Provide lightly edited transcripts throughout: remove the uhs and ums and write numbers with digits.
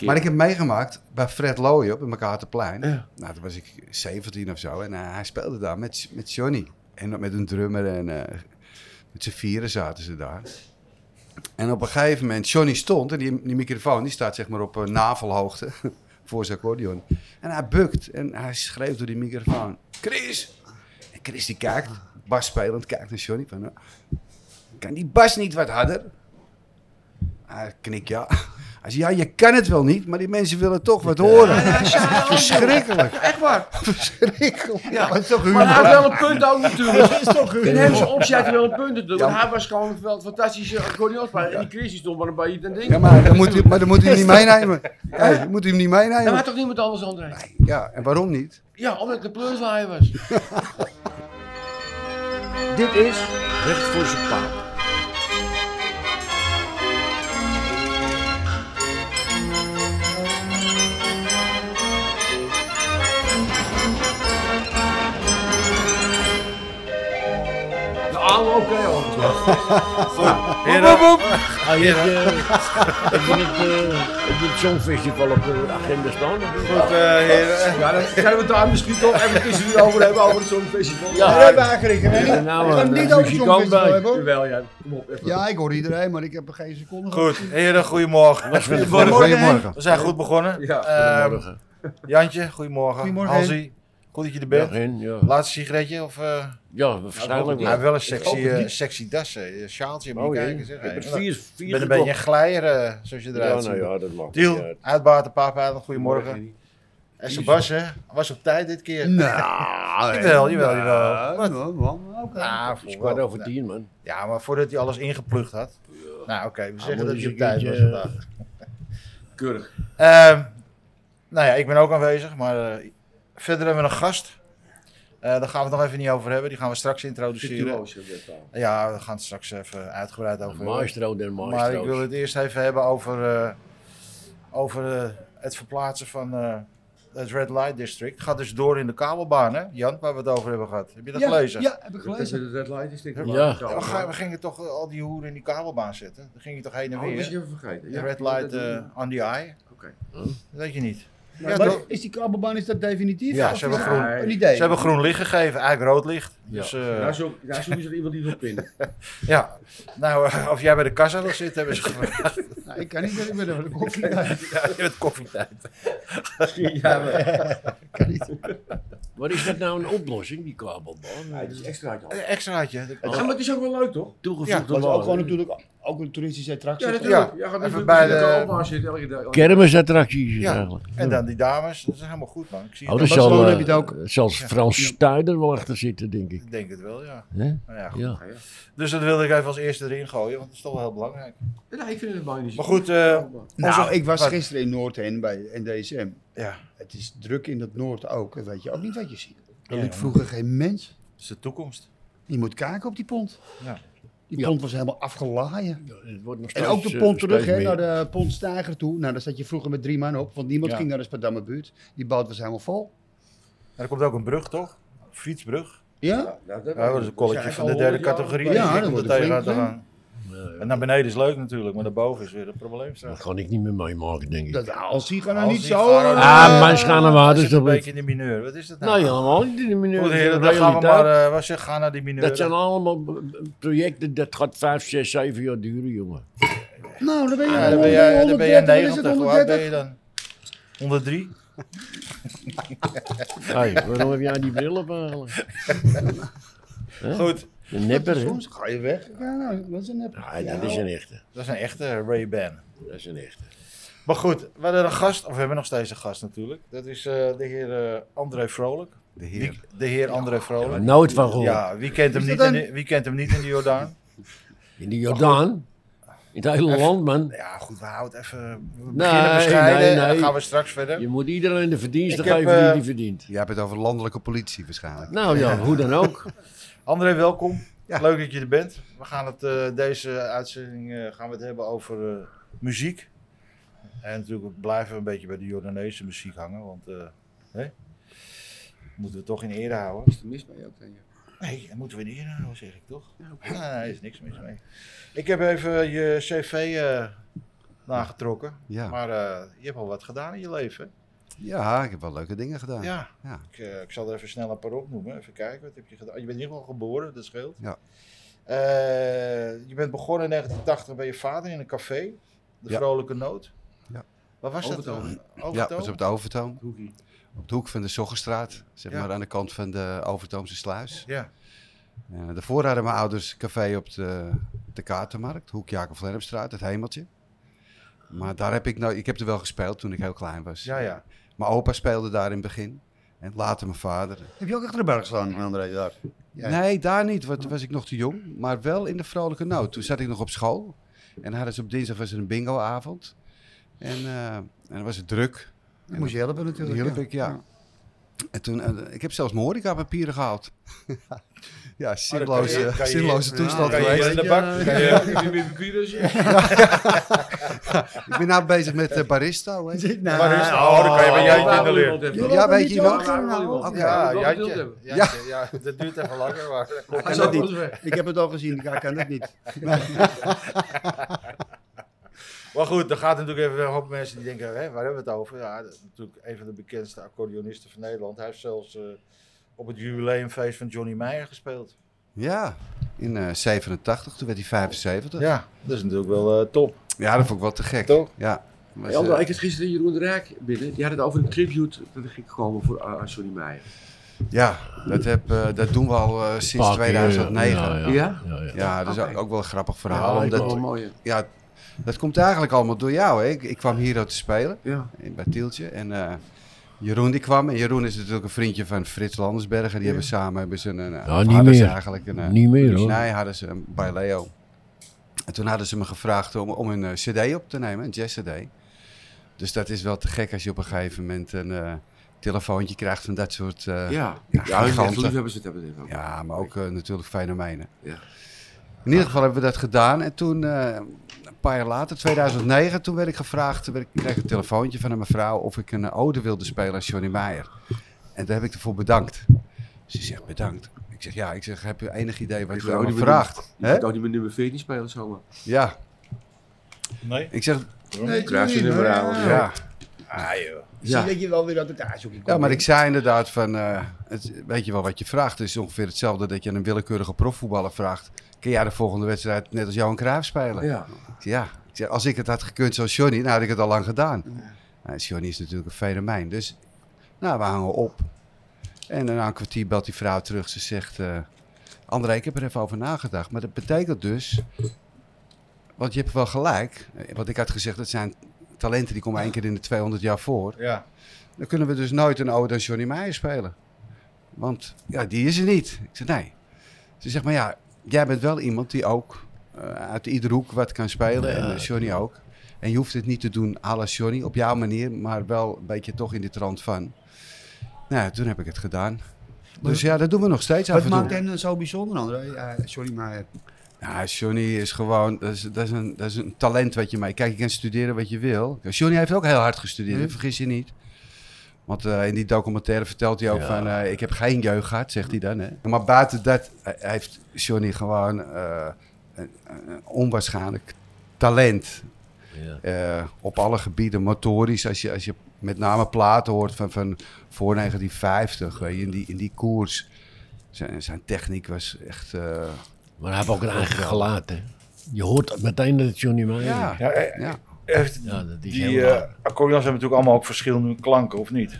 Maar ik heb meegemaakt bij Fred Looy op in Makaterplein. Ja. Nou, toen was ik 17 of zo. En hij speelde daar met Johnny. En met een drummer en met z'n vieren zaten ze daar. En op een gegeven moment, Johnny stond en die microfoon die staat zeg maar op navelhoogte voor zijn accordeon. En hij bukt en hij schreeuwt door die microfoon. Chris! En Chris die kijkt, basspelend, kijkt naar Johnny van... kan die bas niet wat harder? Hij knikt ja. Hij zegt, ja, je kan het wel niet, maar die mensen willen toch wat horen. Verschrikkelijk. Echt waar. Verschrikkelijk. Ja. Maar het is toch Maar hij humor? had wel een punt ook natuurlijk. Dat is toch in hem zijn optie had hij wel een punt natuurlijk. Want hij was gewoon wel een fantastische accordeonspeler. En die Chris die stond maar een beetje te denken. Ja, maar dan moet hij hem niet meenemen. Ja, dan moet hij hem niet meenemen. Dan had toch niemand anders André? Nee, ja, en waarom niet? Ja, omdat ik een pleurslaaier was. Dit is Recht voor zijn paal. Oké, Heren. Heb je het Songfestival op de agenda staan? Goed, heren. Ja, dan kunnen we het daar misschien toch even tussendoor over hebben, over het Songfestival. Ja. We hebben eigenlijk hè? Nou, We gaan het niet over het Songfestival hebben, hoor. Jawel, ja. Kom op, even. Ja, ik hoor iedereen, maar ik heb er geen seconde van. Goed, heren, goedemorgen. Goedemorgen. We zijn goed begonnen. Ja, Jantje, goedemorgen. Goedemorgen. Halsie, goed dat je er bent. Dag in, ja. Laatste sigaretje of... Ja, waarschijnlijk Hij heeft wel. wel een sexy das, een sjaaltje, moet je Oh, kijken. jee. Zeg. Ik heb Ik vier ben een beetje een glijer, zoals je Ja, eruit ziet. nou ja, dat maakt Tiel, niet uit. uitbaten, papa, goedemorgen. En Sebas, hè? Was op tijd dit keer. Nou, Jawel. Wat? Oké. Nou, Het is voor wel. 9:15, man. Ja, maar voordat hij alles ingeplucht had. Nou, oké, we zeggen moet dat eens hij op een tijd was keertje- vandaag. keurig. Nou ja, ik ben ook aanwezig, maar verder hebben we een gast. Daar gaan we het nog even niet over hebben. Die gaan we straks introduceren. Ja, we gaan het straks even uitgebreid over hebben. Maestro den Maar maestro. ik wil het eerst even hebben over het verplaatsen van het Red Light District. Het gaat dus door in de kabelbaan, hè? Jan, waar we het over hebben gehad. Heb je dat gelezen? Ja, heb ik gelezen. Red Light is denk ik. Ja. Ja, we gingen toch al die hoeren in die kabelbaan zetten. Dan ging je toch heen en Oh, dat was weer. ik even vergeten. De Red Light on the eye. Oké. Dat weet je niet. Ja, Maar toch? is die kabelbaan, is dat definitief? Ja, Of ze hebben is groen- dat een idee. Ze hebben groen licht gegeven, eigenlijk rood licht. Ja. Dus, Daar zoeken ze iemand die wil pinnen. ja. Nou, of jij bij de kassa wil zitten, hebben ze gevraagd. Nou, ik kan niet, ik ben er de koffie. Ja, je bent koffietijd. Ja, maar Wat is dat nou een oplossing, die kabelbaan? het is extra. Een extraatje. Ja, maar het is ook wel leuk, toch? Toegevoegde Dat is ook waarde. gewoon natuurlijk ook een toeristische attractie. Ja, toch? natuurlijk. Ja, Ja, gaat even even bij bij de- de kabelbaan zitten elke dag. Kermisattracties Ja. eigenlijk. En dan die dames, dat is helemaal goed, man. Ik zie Oh, het daar nog. zal Barcelona heb je het ook. zelfs Frans Stuider wel achter zitten, denk ik. Ik denk het wel, ja. Hè? Nou ja, goed. Ja. Dus dat wilde ik even als eerste erin gooien, want dat is toch wel heel belangrijk. Ja, ik vind het mooi niet. Maar goed, Nou, ik was wat? gisteren in Noordhen bij NDSM. Ja, Het is druk in het Noord ook. Dat weet je ook niet wat je ziet. Er Ja, liep vroeger geen mens. dat is de toekomst. Je moet kijken op die pont. Ja. Die Ja. pont was helemaal afgelaaien. Het wordt nog En steeds, ook de pont terug steeds hè, meer. naar de pont Steiger toe. Nou, daar zat je vroeger met 3 man op. Want niemand Ja. ging naar de Spadammerbuurt. Die boot was helemaal vol. En er komt ook een brug, toch? Fietsbrug. Ja? Ja, dat is een kolletje van de derde categorie. Ja, die dat komt wordt er tegen flink, te hè? gaan. En naar beneden is leuk natuurlijk, maar daarboven is weer een probleem Dat straks. kan ik niet meer meemaken, denk ik. Dat, als die gaan nou Als niet die zo... gaan nou- Ah, mensen gaan naar Dat water. zit een beetje in de mineur. Wat is dat nou? Nee, helemaal niet in de mineur. Goed, Dat is heren, een dan gaan we realiteit. maar wat zeg, gaan naar die mineur. Dat zijn allemaal projecten, dat gaat 5, 6, 7 jaar duren, jongen. Nou, dan ben je, Ja, dan ben jij 130, wat is het, 90. Hoe oud ben 130? je dan? 103? Hey, waarom heb jij die bril op eigenlijk? Goed, Een nepper, hè? Soms ga je weg. Ja, nou, dat is een nep. Nee, dat is een echte. dat is een echte Ray-Ban. Dat is een echte. Maar goed, we hadden een gast, of we hebben nog steeds een gast natuurlijk. Dat is de heer André Vrolijk. De heer. De heer André Vrolijk. Nooit van gehoord. Ja, wie kent hem Is niet dat wie kent hem niet in de Jordaan? In de Jordaan? In het hele land, man. Ja, goed, we houden het even. We Nee, beginnen bescheiden en dan nee. gaan we straks verder. Je moet iedereen de verdiensten Ik heb, geven die hij verdient. Je hebt het over landelijke politie waarschijnlijk. Nou ja, hoe dan ook. André, welkom. Ja. Leuk dat je er bent. We gaan het, deze uitzending gaan we het hebben over muziek. En natuurlijk blijven we een beetje bij de Jordaanese muziek hangen, want hè? Moeten we toch in ere houden. Is er mis mee ook dan? Ja. Nee, dat moeten we in ere houden, zeg ik toch? Nee, er is niks mis mee. Ik heb even je cv nagetrokken. Ja. Maar je hebt al wat gedaan in je leven. Ja, ik heb wel leuke dingen gedaan. Ja. Ja. Ik zal er even snel een paar opnoemen. Even kijken, wat heb je gedaan? Je bent in ieder geval geboren, dat scheelt. Ja. Je bent begonnen in 1980 bij je vader in een café. De Ja. Vrolijke Noot. Ja. Waar was Overtoom. dat? Ja, dat was op de Overtoom. Hoekie. Op de hoek van de Soggenstraat. Zeg Ja. maar aan de kant van de Overtoomse sluis. Ja. Daarvoor hadden mijn ouders een café op de Kaartenmarkt. Hoek Jacob Vlemstraat, het Hemeltje. Maar daar heb ik heb er wel gespeeld toen ik heel klein was. Ja, ja. Mijn opa speelde daar in het begin. En later mijn vader. Heb je ook achter de berg gestaan, André? Daar? Ja. Nee, daar niet, want toen was ik nog te jong. Maar wel in de Vrolijke Noot. Toen zat ik nog op school. En hadden ze op dinsdag was er een bingoavond. En dan was het druk. Dan moest je helpen natuurlijk. Die hielp ik, ja. En toen, ik heb zelfs mijn horecapapieren gehaald. Ja, zinloze toestand kan je geweest. in de bak? Ik ben nou bezig met barista. Weet je. Nou, Maar dan kan je bij Jantje in de leer. Ja, weet je iemand? Oké. Ja, Ja, Jantje. Ja, dat duurt even langer. Maar Hij zat niet. Ik heb het al gezien, ik kan het niet. Maar goed, er gaat natuurlijk even een hoop mensen die denken, hè, waar hebben we het over? Ja, dat is natuurlijk een van de bekendste accordeonisten van Nederland. Hij heeft zelfs op het jubileumfeest van Johnny Meijer gespeeld. Ja, in 87, toen werd hij 75. Ja, dat is natuurlijk wel top. Ja, dat vond ik wel te gek. Toch? Ja. Maar Hey, André, ik had gisteren Jeroen de Rijk binnen. Die had het over een tribute dat er ging komen voor Johnny Meijer. ja, dat doen we al sinds 2009. Ja? Ja, dat is Oké. ook wel een grappig verhaal. Ja, omdat, wel mooi. ja, dat komt eigenlijk allemaal door jou. Hè? Ik kwam hier ook te spelen, Ja. bij Tieltje. En Jeroen die kwam. En Jeroen is natuurlijk een vriendje van Frits Landersberger. Die hebben samen niet hadden ze meer. eigenlijk Niet meer, hoor. Nee, hadden ze bij Leo. En toen hadden ze me gevraagd om een cd op te nemen, een jazz-cd. Dus dat is wel te gek als je op een gegeven moment een telefoontje krijgt van dat soort Ja, giganten. liefhebbers het hebben dit ook. Ja, maar ook natuurlijk fenomenen. Ja. In ieder geval hebben we dat gedaan. En toen, een paar jaar later, 2009, toen werd ik gevraagd, ik kreeg een telefoontje van een mevrouw of ik een ode wilde spelen aan Johnny Meijer. En daar heb ik ervoor bedankt. Ze zegt bedankt. Ik zeg, heb je enig idee wat Ik je wil ook me niet vraagt? Je Hè? moet ook niet met nummer 14 spelen zomaar. Ja, Nee? ik zeg, Nee, Kruis je nummer aan. ja. Ah joh. Zie dat je wel weer uit elkaar zoekt. Ja, maar ik zei inderdaad van, weet je wel wat je vraagt? Het is ongeveer hetzelfde dat je een willekeurige profvoetballer vraagt. Kun jij de volgende wedstrijd net als Johan Cruijff spelen? Ja. Ja, ik zeg, als ik het had gekund zoals Johnny, nou had ik het al lang gedaan. Nou, Johnny is natuurlijk een fenomeen. Dus, nou, we hangen op. En na een kwartier belt die vrouw terug. Ze zegt, André, ik heb er even over nagedacht. Maar dat betekent dus, want je hebt wel gelijk. Want ik had gezegd, dat zijn talenten die komen 1 keer in de 200 jaar voor. Ja. Dan kunnen we dus nooit een ode aan Johnny Meijer spelen. Want, ja, die is er niet. Ik zeg, nee. Ze zegt, maar ja, jij bent wel iemand die ook uit iedere hoek wat kan spelen. Ja. En Johnny ook. En je hoeft het niet te doen à la Johnny, op jouw manier. Maar wel een beetje toch in de trant van. Nou, toen heb ik het gedaan. Dus ja, dat doen we nog steeds af Wat en maakt toe. hem zo bijzonder, André? Sorry, maar... Ja, Johnny is gewoon, dat is een talent wat je mee... Kijk, je kan studeren wat je wil. Johnny heeft ook heel hard gestudeerd, vergis je niet. Want in die documentaire vertelt hij ook van... ik heb geen jeugd gehad, zegt hij dan. Hè. Maar buiten dat heeft Johnny gewoon een onwaarschijnlijk talent. Ja. Op alle gebieden, motorisch. Als je met name platen hoort van voor 1950, weet je, in die koers. Zijn techniek was echt... Maar hij heeft ook een eigen geluid, hè. Je hoort meteen dat het Johnny Meijer ja, is. ja. Ja, dat is Die heel raar. accordeons hebben natuurlijk allemaal ook verschillende klanken, of niet?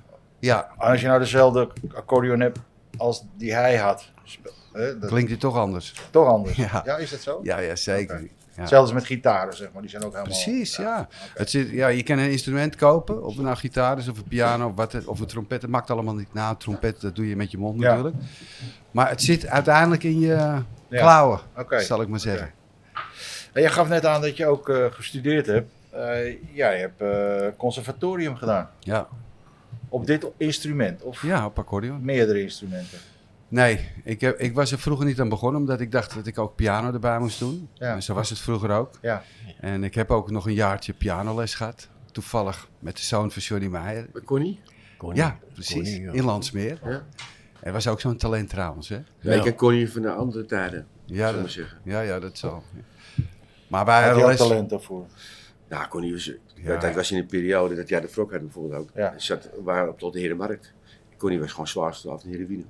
Ja, Als je nou dezelfde accordeon hebt als die hij had, dat klinkt hij toch anders. is toch anders. Ja. Ja, is dat zo? Ja, zeker. Oké. Ja. Hetzelfde is met gitaren, zeg maar. Die zijn ook helemaal... Precies, ja. Oké. Het zit, ja. Je kan een instrument kopen, of het nou gitaar is, of een piano, of een trompet. Het maakt allemaal niet na. Een trompet, dat doe je met je mond Ja. natuurlijk. Maar het zit uiteindelijk in je klauwen, Oké. zal ik maar zeggen. En jij gaf net aan dat je ook gestudeerd hebt. Ja, je hebt conservatorium gedaan. Ja, Op dit instrument, of ja, op accordeon. meerdere instrumenten. Nee, ik was er vroeger niet aan begonnen, omdat ik dacht dat ik ook piano erbij moest doen. Ja. En zo was het vroeger ook. Ja. En ik heb ook nog een jaartje pianoles gehad. Toevallig met de zoon van Johnny Meijer. Connie? Connie. Ja, precies. Connie, ja. In Landsmeer. Ja. Hij was ook zo'n talent trouwens, hè? Ja, ik ken Connie van de andere tijden, Ja, zullen we dat, zeggen. ja, dat zal. Maar wij Had je hadden ook les... talent daarvoor? Nou, Connie was... Ja. Dat was in een periode dat jij de Frok had bijvoorbeeld ook. Ja. Hij waren op tot de Herenmarkt. Connie was gewoon zwaarste af in de Herenwiener.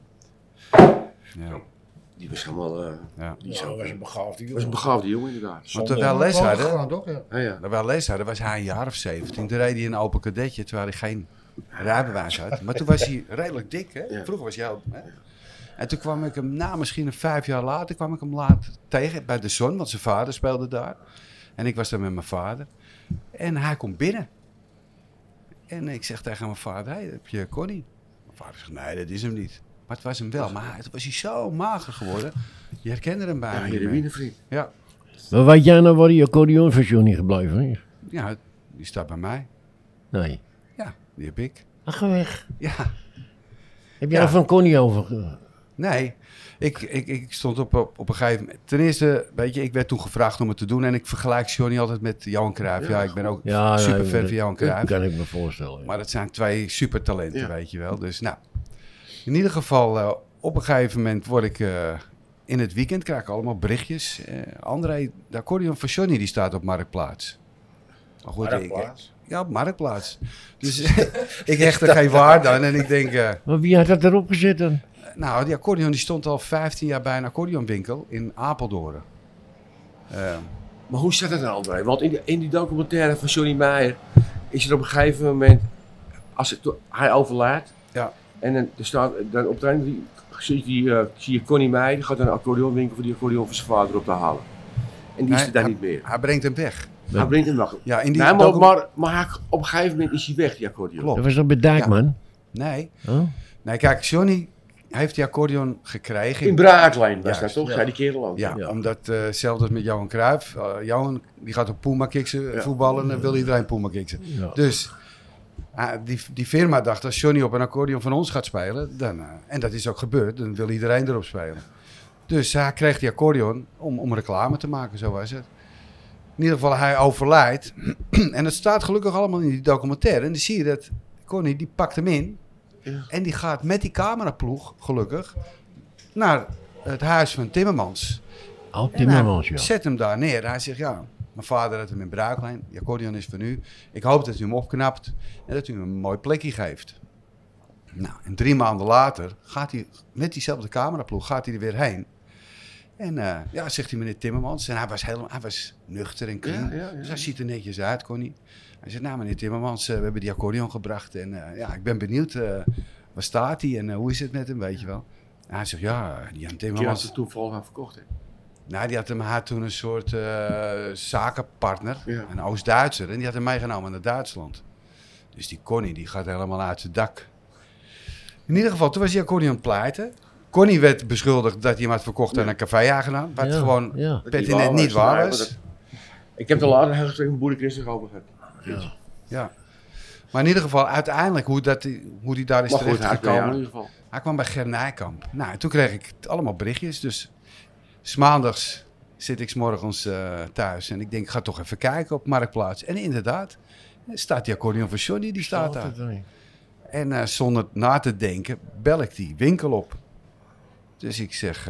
Ja. Die was helemaal... Ja. die Ja, was een begaafde was een begaafde jongen inderdaad. Want toen wij les hadden, Gewoon, toch? Ja. Ja, ja. toen wij les hadden, was hij een jaar of 17. Toen reed hij in een open kadetje, terwijl hij geen rijbewijs had. Maar toen was hij redelijk dik, hè? Ja. Vroeger was hij al... Hè? En toen kwam ik hem, misschien 5 jaar later, kwam ik hem later tegen bij de Zon, want zijn vader speelde daar. En ik was daar met mijn vader. En hij komt binnen. En ik zeg tegen mijn vader, hey, heb je Connie? Mijn vader zegt, nee, dat is hem niet. Maar het was hem wel. Maar toen was hij zo mager geworden. Je herkende hem bijna Ja, niet meer. Herenwiener vriend. Ja. Maar weet jij nou waar die accordeon van Johnny gebleven is? Ja, die staat bij mij. Nee. Ja, die heb ik. Ach, ga weg. Ja, Heb jij Ja. van Connie over? nee. Ik stond op een gegeven moment... Ten eerste, weet je, ik werd toen gevraagd om het te doen. En ik vergelijk Johnny altijd met Johan Cruijff. Ja, ik ben ook super fan van Johan Dat Cruijff. kan ik me voorstellen. Ja. Maar dat zijn 2 supertalenten, Ja. weet je wel. Dus nou, in ieder geval, op een gegeven moment word ik... in het weekend krijg ik allemaal berichtjes. André, de accordeon van Johnny, die staat op Marktplaats. Maar goed, ja, op Marktplaats. Dus ik hecht er geen waarde aan. En ik denk, Maar wie had dat erop gezet dan? nou, die accordeon die stond al 15 jaar bij een accordeonwinkel in Apeldoorn. Maar hoe zat het nou, André? Want in die documentaire van Johnny Meijer is er op een gegeven moment, hij overlijdt, Ja. en dan op het einde zie je Connie Meijer, die gaat naar een accordeonwinkel voor die accordeon van zijn vader op te halen. En die is Nee, er daar niet meer. Hij brengt hem weg. Hij brengt hem nog. Ja, in die Nee, docu- maar op een gegeven moment is hij weg, die accordeon. Klopt. Dat was toch bij Dijkman? Nee. Oh? Nee, kijk, Johnny heeft die accordeon gekregen. In Braaklijn was dat Juist, toch? ja. Zei die kerel ook. Ja, Ja. omdat hetzelfde als met Johan Cruijff. Johan die gaat op Puma kiksen voetballen en dan wil iedereen Puma kiksen. Ja. Dus die firma dacht, als Johnny op een accordeon van ons gaat spelen, dan, en dat is ook gebeurd, dan wil iedereen erop spelen. Dus hij kreeg die accordeon om reclame te maken, zo was het. In ieder geval, hij overlijdt. En het staat gelukkig allemaal in die documentaire. En dan zie je dat Connie, die pakt hem in. Ja. En die gaat met die cameraploeg, gelukkig, naar het huis van Timmermans. Oh, En Timmermans, hij ja. zet hem daar neer. Hij zegt, ja, mijn vader had hem in Braaklijn. Die accordeon is van u. Ik hoop dat u hem opknapt en dat u hem een mooi plekje geeft. Nou, en 3 maanden later gaat hij met diezelfde cameraploeg gaat hij er weer heen. En ja, zegt die meneer Timmermans. En hij was nuchter en clean. Ja. Dus hij ziet er netjes uit, Connie. Hij zegt, nou meneer Timmermans, we hebben die accordeon gebracht. En ja, ik ben benieuwd, waar staat hij en hoe is het met hem, weet je wel. En hij zegt, ja, die Jan Die had Timmermans... ze toen volgens mij verkocht. Hè? Nou, die had toen een soort zakenpartner, Ja. een Oost-Duitser. En die had hem meegenomen naar Duitsland. Dus die Connie, die gaat helemaal uit zijn dak. In ieder geval, toen was die accordeon aan het pleiten. Connie werd beschuldigd dat hij hem had verkocht aan een café-eigenaar. Wat Ja, gewoon ja. pertinent niet waar was. Nee, ik heb er later een heel gesprek met Boerder Christus over gehad. Ja. Maar in ieder geval, uiteindelijk, hoe die daar is Maar goed, hij terechtgekomen. kwam in ieder geval. Hij kwam bij Ger Nijkamp. Nou, en toen kreeg ik allemaal berichtjes. Dus 's maandags zit ik 's morgens thuis. En ik denk, ik ga toch even kijken op Marktplaats. En inderdaad, staat die accordeon van Johnny, die staat daar. En zonder na te denken, bel ik die winkel op. Dus ik zeg,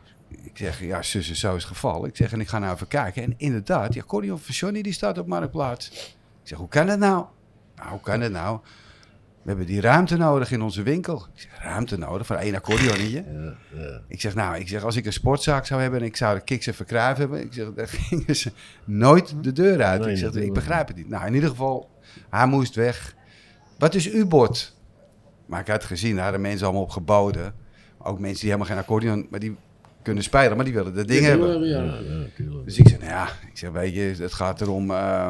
ja, zussen, zo is het geval. Ik zeg, en ik ga nou even kijken. En inderdaad, die accordeon van Johnny, die staat op Marktplaats. Ik zeg, hoe kan dat nou? Nou, hoe kan dat nou? We hebben die ruimte nodig in onze winkel. Ik zeg, ruimte nodig voor 1 accordeonnetje? Ik zeg, als ik een sportzaak zou hebben en ik zou de Kiks en Cruijff hebben, ik zeg, dan gingen ze nooit de deur uit. Nee, Ik zeg, ik natuurlijk. begrijp het niet. Nou, in ieder geval, hij moest weg. Wat is uw bod? Maar ik had gezien, daar hadden mensen allemaal op geboden. Ook mensen die helemaal geen accordeon, maar die kunnen spelen, maar die willen dat ding hebben. Ja. Dus ik zeg, nou ja, weet je, het gaat erom,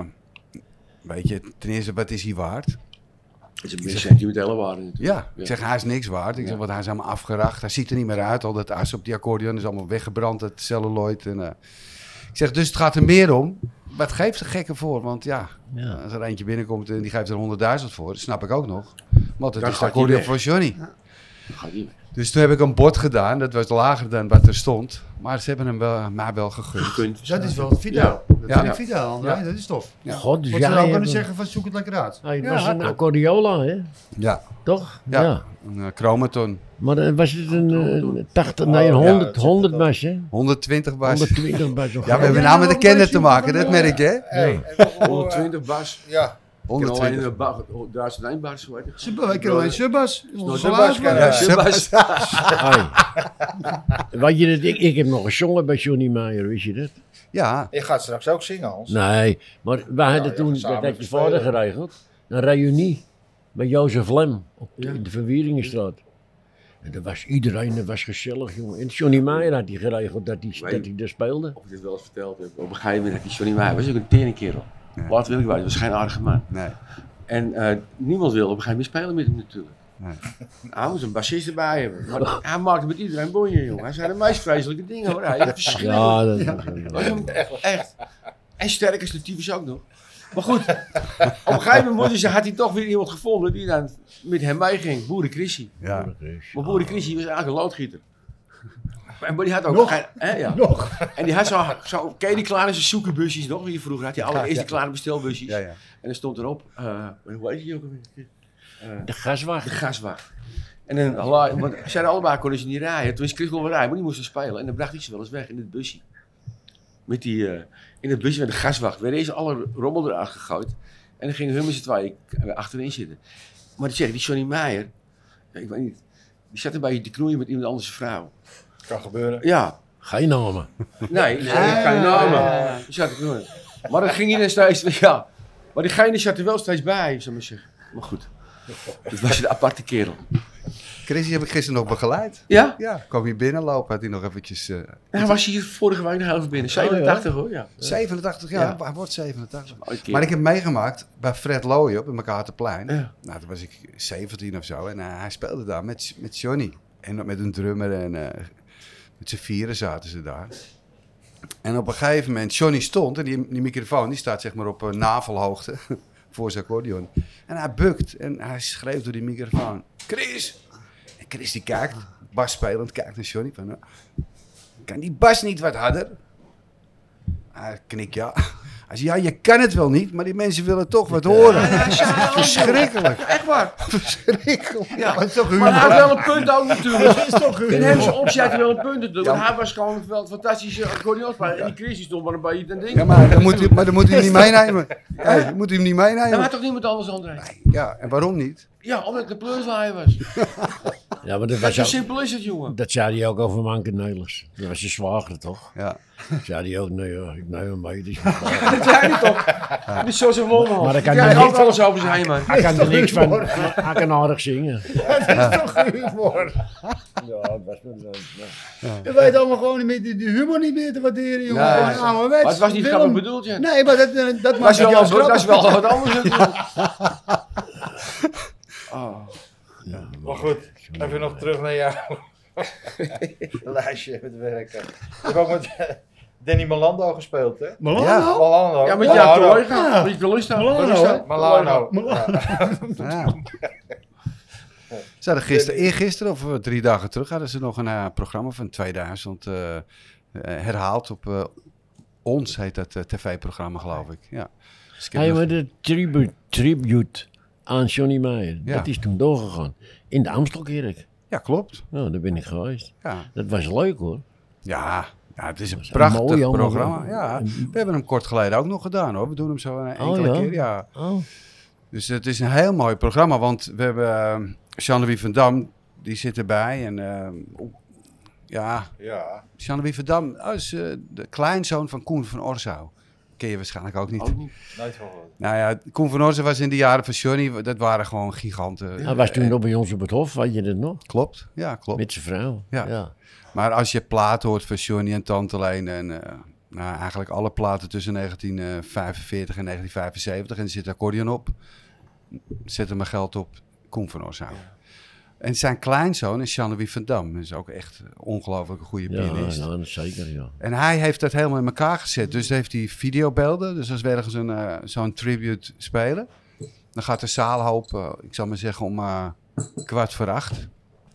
weet je, ten eerste, wat is hij waard? Het is een meer sentimentele waarde natuurlijk. Ja, ik zeg, hij is niks waard. Ik zeg, want hij is allemaal afgeracht. Hij ziet er niet meer uit. Al dat as op die accordeon is allemaal weggebrand, het celluloid. En, ik zeg, dus het gaat er meer om. Wat geeft de gekke voor? Want ja, als er eentje binnenkomt en die geeft er 100.000 voor, dat snap ik ook nog. Want het Dan is de gaat hij accordeon weg. voor Johnny. Gaat niet weg. Dus toen heb ik een bod gedaan. Dat was lager dan wat er stond. Maar ze hebben hem mij wel gegund. Gekund. Dat is wel Fidel. Dat Ja. vind ik Fidel, André. Ja. Dat is tof. Ja. God, dus Wat ze jij nou kunnen hebt- zeggen van zoek het lekker uit. Hij Ja, was een klopt. accordiola, hè? Ja, Toch? Ja. een chromaton. Maar was het een 80, nee, een Oh, ja, 100 was, hè? 120 bas. 120 was. Ja, we hebben nou met de kenner te maken. Dat merk je, hè? Hey, en we horen- 120 bas. Ja, Ik ken alleen 120. de Duitse lijnbars. Hoe heet het? Ik ken alleen Subbas. Onze Subbas salaris. kennen Ja, wij. Sebas. Hey. Weet je dat ik heb nog gezongen bij Johnny Meijer, wist je dat? Ja, Ik ga straks ook zingen, Hans. Nee, maar wij hadden ja, toen, samen dat had je spelen. vader geregeld, een reunie bij Jozef Lem in de Van Wieringenstraat. En iedereen was gezellig, jongen. En Johnny Meijer had hij geregeld dat hij daar speelde. Of ik dit wel eens verteld heb. Op een gegeven moment had die Johnny Meijer, was ook een teringkerel. Ja. Wat wil ik wel, hij was geen aardige man. nee. En niemand wilde op een gegeven moment spelen met hem natuurlijk. Nee. Hij moest een bassist erbij hebben. Maar hij maakte met iedereen bonje, jongen. Hij zei de meest vreselijke dingen, hoor. Hij verschrikkelijk. Ja, dat Was hem echt. En sterk als de tyfus ook nog. Maar goed, op een gegeven moment had hij toch weer iemand gevonden die dan met hem meeging. Boeren Chrissy. Ja. Maar Boeren Chrissy was eigenlijk een loodgieter. Maar die had ook Nog? geen... Hè, ja. En die had zo ken je die kleine zoekenbusjes nog? Hier vroeger had hij allereerste kleine bestelbusjes. Ja, ja. En er stond erop, hoe heet die ook alweer? de gaswacht. De gaswacht. En dan, want ze hadden allebei konden ze niet rijden. Toen is Chris wel rijden, maar die moesten spelen. En dan bracht hij ze wel eens weg in het busje. Met die, in het busje met de gaswacht. Werden eerst alle rommel eruit gegooid. En dan gingen hun met z'n tweeën achterin zitten. Maar die zeggen, die Johnny Meijer, ja, ik weet niet, die zat een beetje te knoeien met iemand anders vrouw. Kan gebeuren. Ja, Geen namen. nee, geen namen. Die zat te knoeien. Maar dat ging hij steeds, ja. Maar diegene zat er wel steeds bij, zou ik maar zeggen. Maar goed, het was een aparte kerel. Chris, die heb ik gisteren nog begeleid. Ja? Ja, kwam hier binnenlopen, had hij nog eventjes... Hij was hier vorige week nog heel even binnen. 87 hoor, ja. 87 jaar, Ja. hij wordt 87. Ooit keer. Maar ik heb meegemaakt bij Fred Looy op in Makaterplein. Ja. Nou, toen was ik 17 of zo. En hij speelde daar met Johnny. En met een drummer en met z'n vieren zaten ze daar. En op een gegeven moment, Johnny stond en die microfoon die staat zeg maar op navelhoogte voor zijn accordeon. En hij bukt en hij schreeuwt door die microfoon, Chris! En Chris die kijkt, basspelend, kijkt naar Johnny van, kan die bas niet wat harder? Hij knikt ja. Hij zegt, ja, je kan het wel niet, maar die mensen willen toch wat horen. Verschrikkelijk. Echt waar. Verschrikkelijk. Ja. Maar het is toch Maar hij had humor. wel een punt ook natuurlijk. Dat is toch In humor. hem zijn optie had hij wel een punt natuurlijk. Ja. Want hij was gewoon wel een fantastische accordeonspeler. En die Chris die stond maar een beetje te denken. Ja, maar dan moet hij hem niet meenemen. Ja, dan moet hij hem niet Dan meenemen. had toch niemand anders André? Ja, en waarom niet? Ja, omdat ik een pleurslaaier was. Ja, maar dat Zo was ook, simpel is het, jongen. dat zei hij ook over Manke Nelis. Dat was je zwager, toch? Ja. Zei hij ook, nee, ik neem hem mee. Dus Dat zei hij toch? Dat is zo zijn wonderman. Maar dat kan Hij niet. had ook alles over zijn heen, man. hij kan er niks van. Hij kan aardig zingen. Humor. Ja, dat was Je weet allemaal gewoon niet meer, de humor niet meer te waarderen, jongen. Nee. Dat is ouderwets. Maar het was niet Willem. grappig bedoeld, ja. Nee, maar dat Dat maakt is wel, het juist dat is grappig. wel wat anders natuurlijk. Oh. Maar goed, even nog terug naar jouw lijstje met werken. Je hebt ook met Danny Malando gespeeld, hè? Malano? Malando. Ja, met jouw collega. Met Callisto. Malano. Ja. Ze hadden eergisteren of 3 dagen terug hadden ze nog een programma van 2000 herhaald op Ons heet dat tv-programma geloof ik. Ja. Dus ik heb Hij nog- met de tribute aan Johnny Meijer. Ja. Dat is toen doorgegaan. In de Amstelkerk. Ja, klopt. Nou, daar ben ik geweest. Ja, Dat was leuk hoor. ja, het is een Dat is prachtig mooi allemaal. programma. Ja, we hebben hem kort geleden ook nog gedaan hoor. We doen hem zo een enkele ja? keer. Ja. Oh. Dus het is een heel mooi programma, want we hebben Jean-Louis van Dam, die zit erbij. En ja, Ja. Jean-Louis van Dam is de kleinzoon van Koen van Orsau. Ken je waarschijnlijk ook niet. Ook niet. Nooit van gehoord. Nou ja, Koen van Orsau was in de jaren van Johnny, dat waren gewoon giganten. Hij was toen nog bij ons op het hof, weet je dat nog? Klopt, ja, klopt. Met zijn vrouw. Ja. Maar als je platen hoort van Johnny en Tante Leen en nou, eigenlijk alle platen tussen 1945 en 1975 en er zit accordeon op, zet er maar geld op, Koen van Orsau. En zijn kleinzoon is Jean-Louis van Dam. Dat is ook echt een ongelooflijk goede pianist. Ja, dat zeker, ja. En hij heeft dat helemaal in elkaar gezet. Dus heeft hij videobeelden. Dus als we ergens zo'n tribute spelen, dan gaat de zaal hopen, ik zal maar zeggen, om 7:15.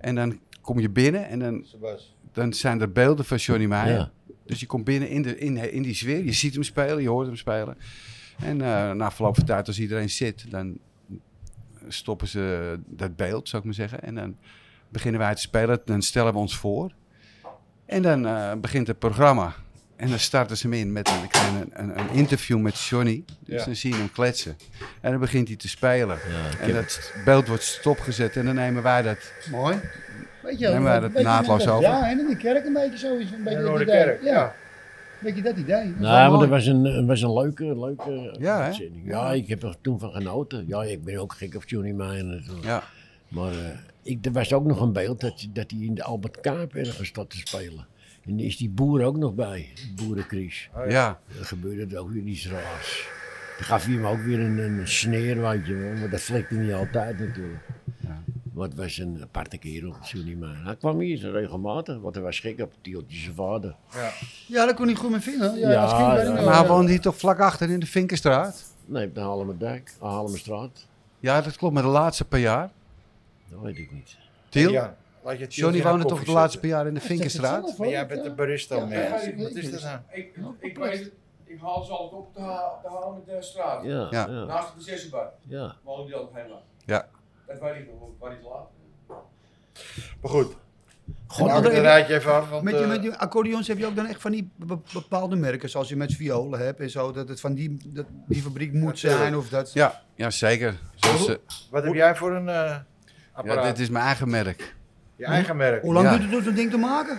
En dan kom je binnen en Sebas. dan zijn er beelden van Johnny Meijer. Ja. Dus je komt binnen in die sfeer. Je ziet hem spelen, je hoort hem spelen. En na verloop van tijd, als iedereen zit, dan stoppen ze dat beeld, zou ik maar zeggen. En dan beginnen wij te spelen. Dan stellen we ons voor. En dan begint het programma. En dan starten ze hem in met een interview met Johnny. Dus Ja. dan zie je hem kletsen. En dan begint hij te spelen. Ja, En dat beeld wordt stopgezet. En dan nemen wij dat. Mooi. Weet je, Nemen wij dat naadloos over? Ja, en in de kerk een beetje zoiets. Een beetje Ja, dat Rode idee. Kerk, Ja. ja. Een beetje dat idee. Dat is wel Nou, maar mooi. dat was een leuke Ja, hè? uitzending. Ja, ik heb er toen van genoten. Ja, ik ben ook gek op Johnny Meijer natuurlijk. Ja, Maar er was ook nog een beeld dat hij in de Albert Kaap ergens staat te spelen. En daar is die boer ook nog bij, de boerenkries. ja. Dan gebeurde er ook weer iets raars. Dan gaf hij hem ook weer een sneer, weet je wel. Maar dat flikte niet altijd natuurlijk. Ja. Maar het was een aparte kerel, Johnny Meijer. Hij kwam hier regelmatig, want hij was gek op Tieltje zijn vader. Ja, daar kon ik goed mee vinden. Ja, Ja, als kind weet ik ja. nog, Maar hij woonde hier toch vlak achter in de Vinkenstraat? Nee, op de Haarlemmerstraat. Ja, dat klopt. Maar de laatste paar jaar. Dat weet ik niet. Tiel? Ja, laat je Johnny woonde toch de laatste paar jaar in de Vinkenstraat? Maar jij bent de barista, man. Ja, Wat is dat nou? Ik weet het. Ik haal ze altijd op te halen met de straat. Ja, Ja. ja. Naast de Zessenbar. ja. Wonen die altijd heel lang. Ja. Dat weet ik nog, waar niet laat. Maar goed. God, Maak het een rijtje even af. Want, met die accordeons heb je ook dan echt van die bepaalde merken, zoals je met violen hebt en zo, dat het van die fabriek moet zijn of dat. Ja, zeker. Zoals, wat heb jij voor een ja, apparaat? dit is mijn eigen merk. Je eigen merk. Hoe lang Ja. duurt het om zo'n ding te maken?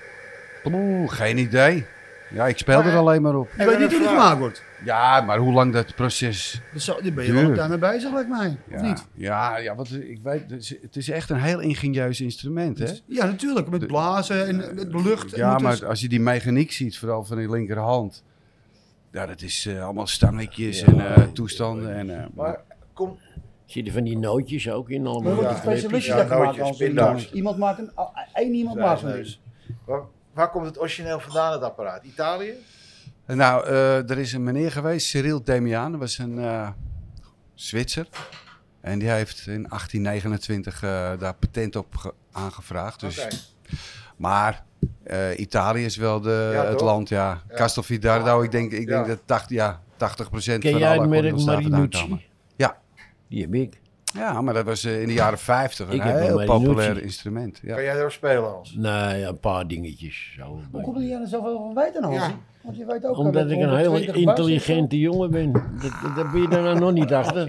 Geen idee. Ja, ik speel er alleen maar op. Je weet niet hoe het gemaakt wordt. Ja, maar hoe lang dat proces... Daar ben je wel Duur. een tijd mee bezig, lijkt mij. Of Ja, niet? ja, want ik weet, het is echt een heel ingenieus instrument, hè? Ja, natuurlijk. Met blazen en de lucht. Ja, moet maar dus- als je die mechaniek ziet, vooral van die linkerhand... Ja, dat is allemaal stangetjes en toestanden. En, Maar kom, Zitten van die nootjes ook in Maar allemaal. wordt Ja, een specialist ja, dat gemaakt nootjes, als pinda's. iemand maakt één iemand maakt zo'n ding. dus. Waar komt het origineel vandaan, het apparaat? Italië? Nou, er is een meneer geweest, Cyril Demian, dat was een Zwitser. En die heeft in 1829 daar patent op aangevraagd. Dus, Oké. Maar Italië is wel Ja, het toch? land, ja. Ja. Castelfidardo, ik denk Ja. dat 80% Ken van jij alle het merk accordeons daar vandaan komen. Marinucci? Ja. Die heb ik. Ja, maar dat was in de jaren 50 een Ik heb een heel Marinucci. populair instrument. Ja. Kan jij erop spelen, Hans? Nee, een paar dingetjes. Zo. Hoe kom je er zoveel van weten, Hansie? Ja. Want je weet ook Omdat dat ik een 120 hele bas is, intelligente jongen ben. Dat ben je daar nou nog niet achter.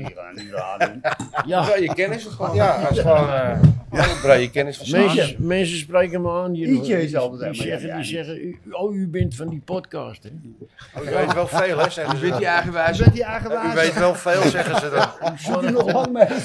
Ja, Brei je kennis of gewoon? Ja, dat is gewoon... Brei je kennis van zaken. mensen spreken me aan hier. Ietje is altijd, die maar zeggen, ja, u bent van die podcast. Hè? U weet wel veel, hè, zeggen Je ze bent die dan. eigenwijs. Je bent die eigen U waas. weet wel veel, zeggen ze dan. Zit er nog lang mee?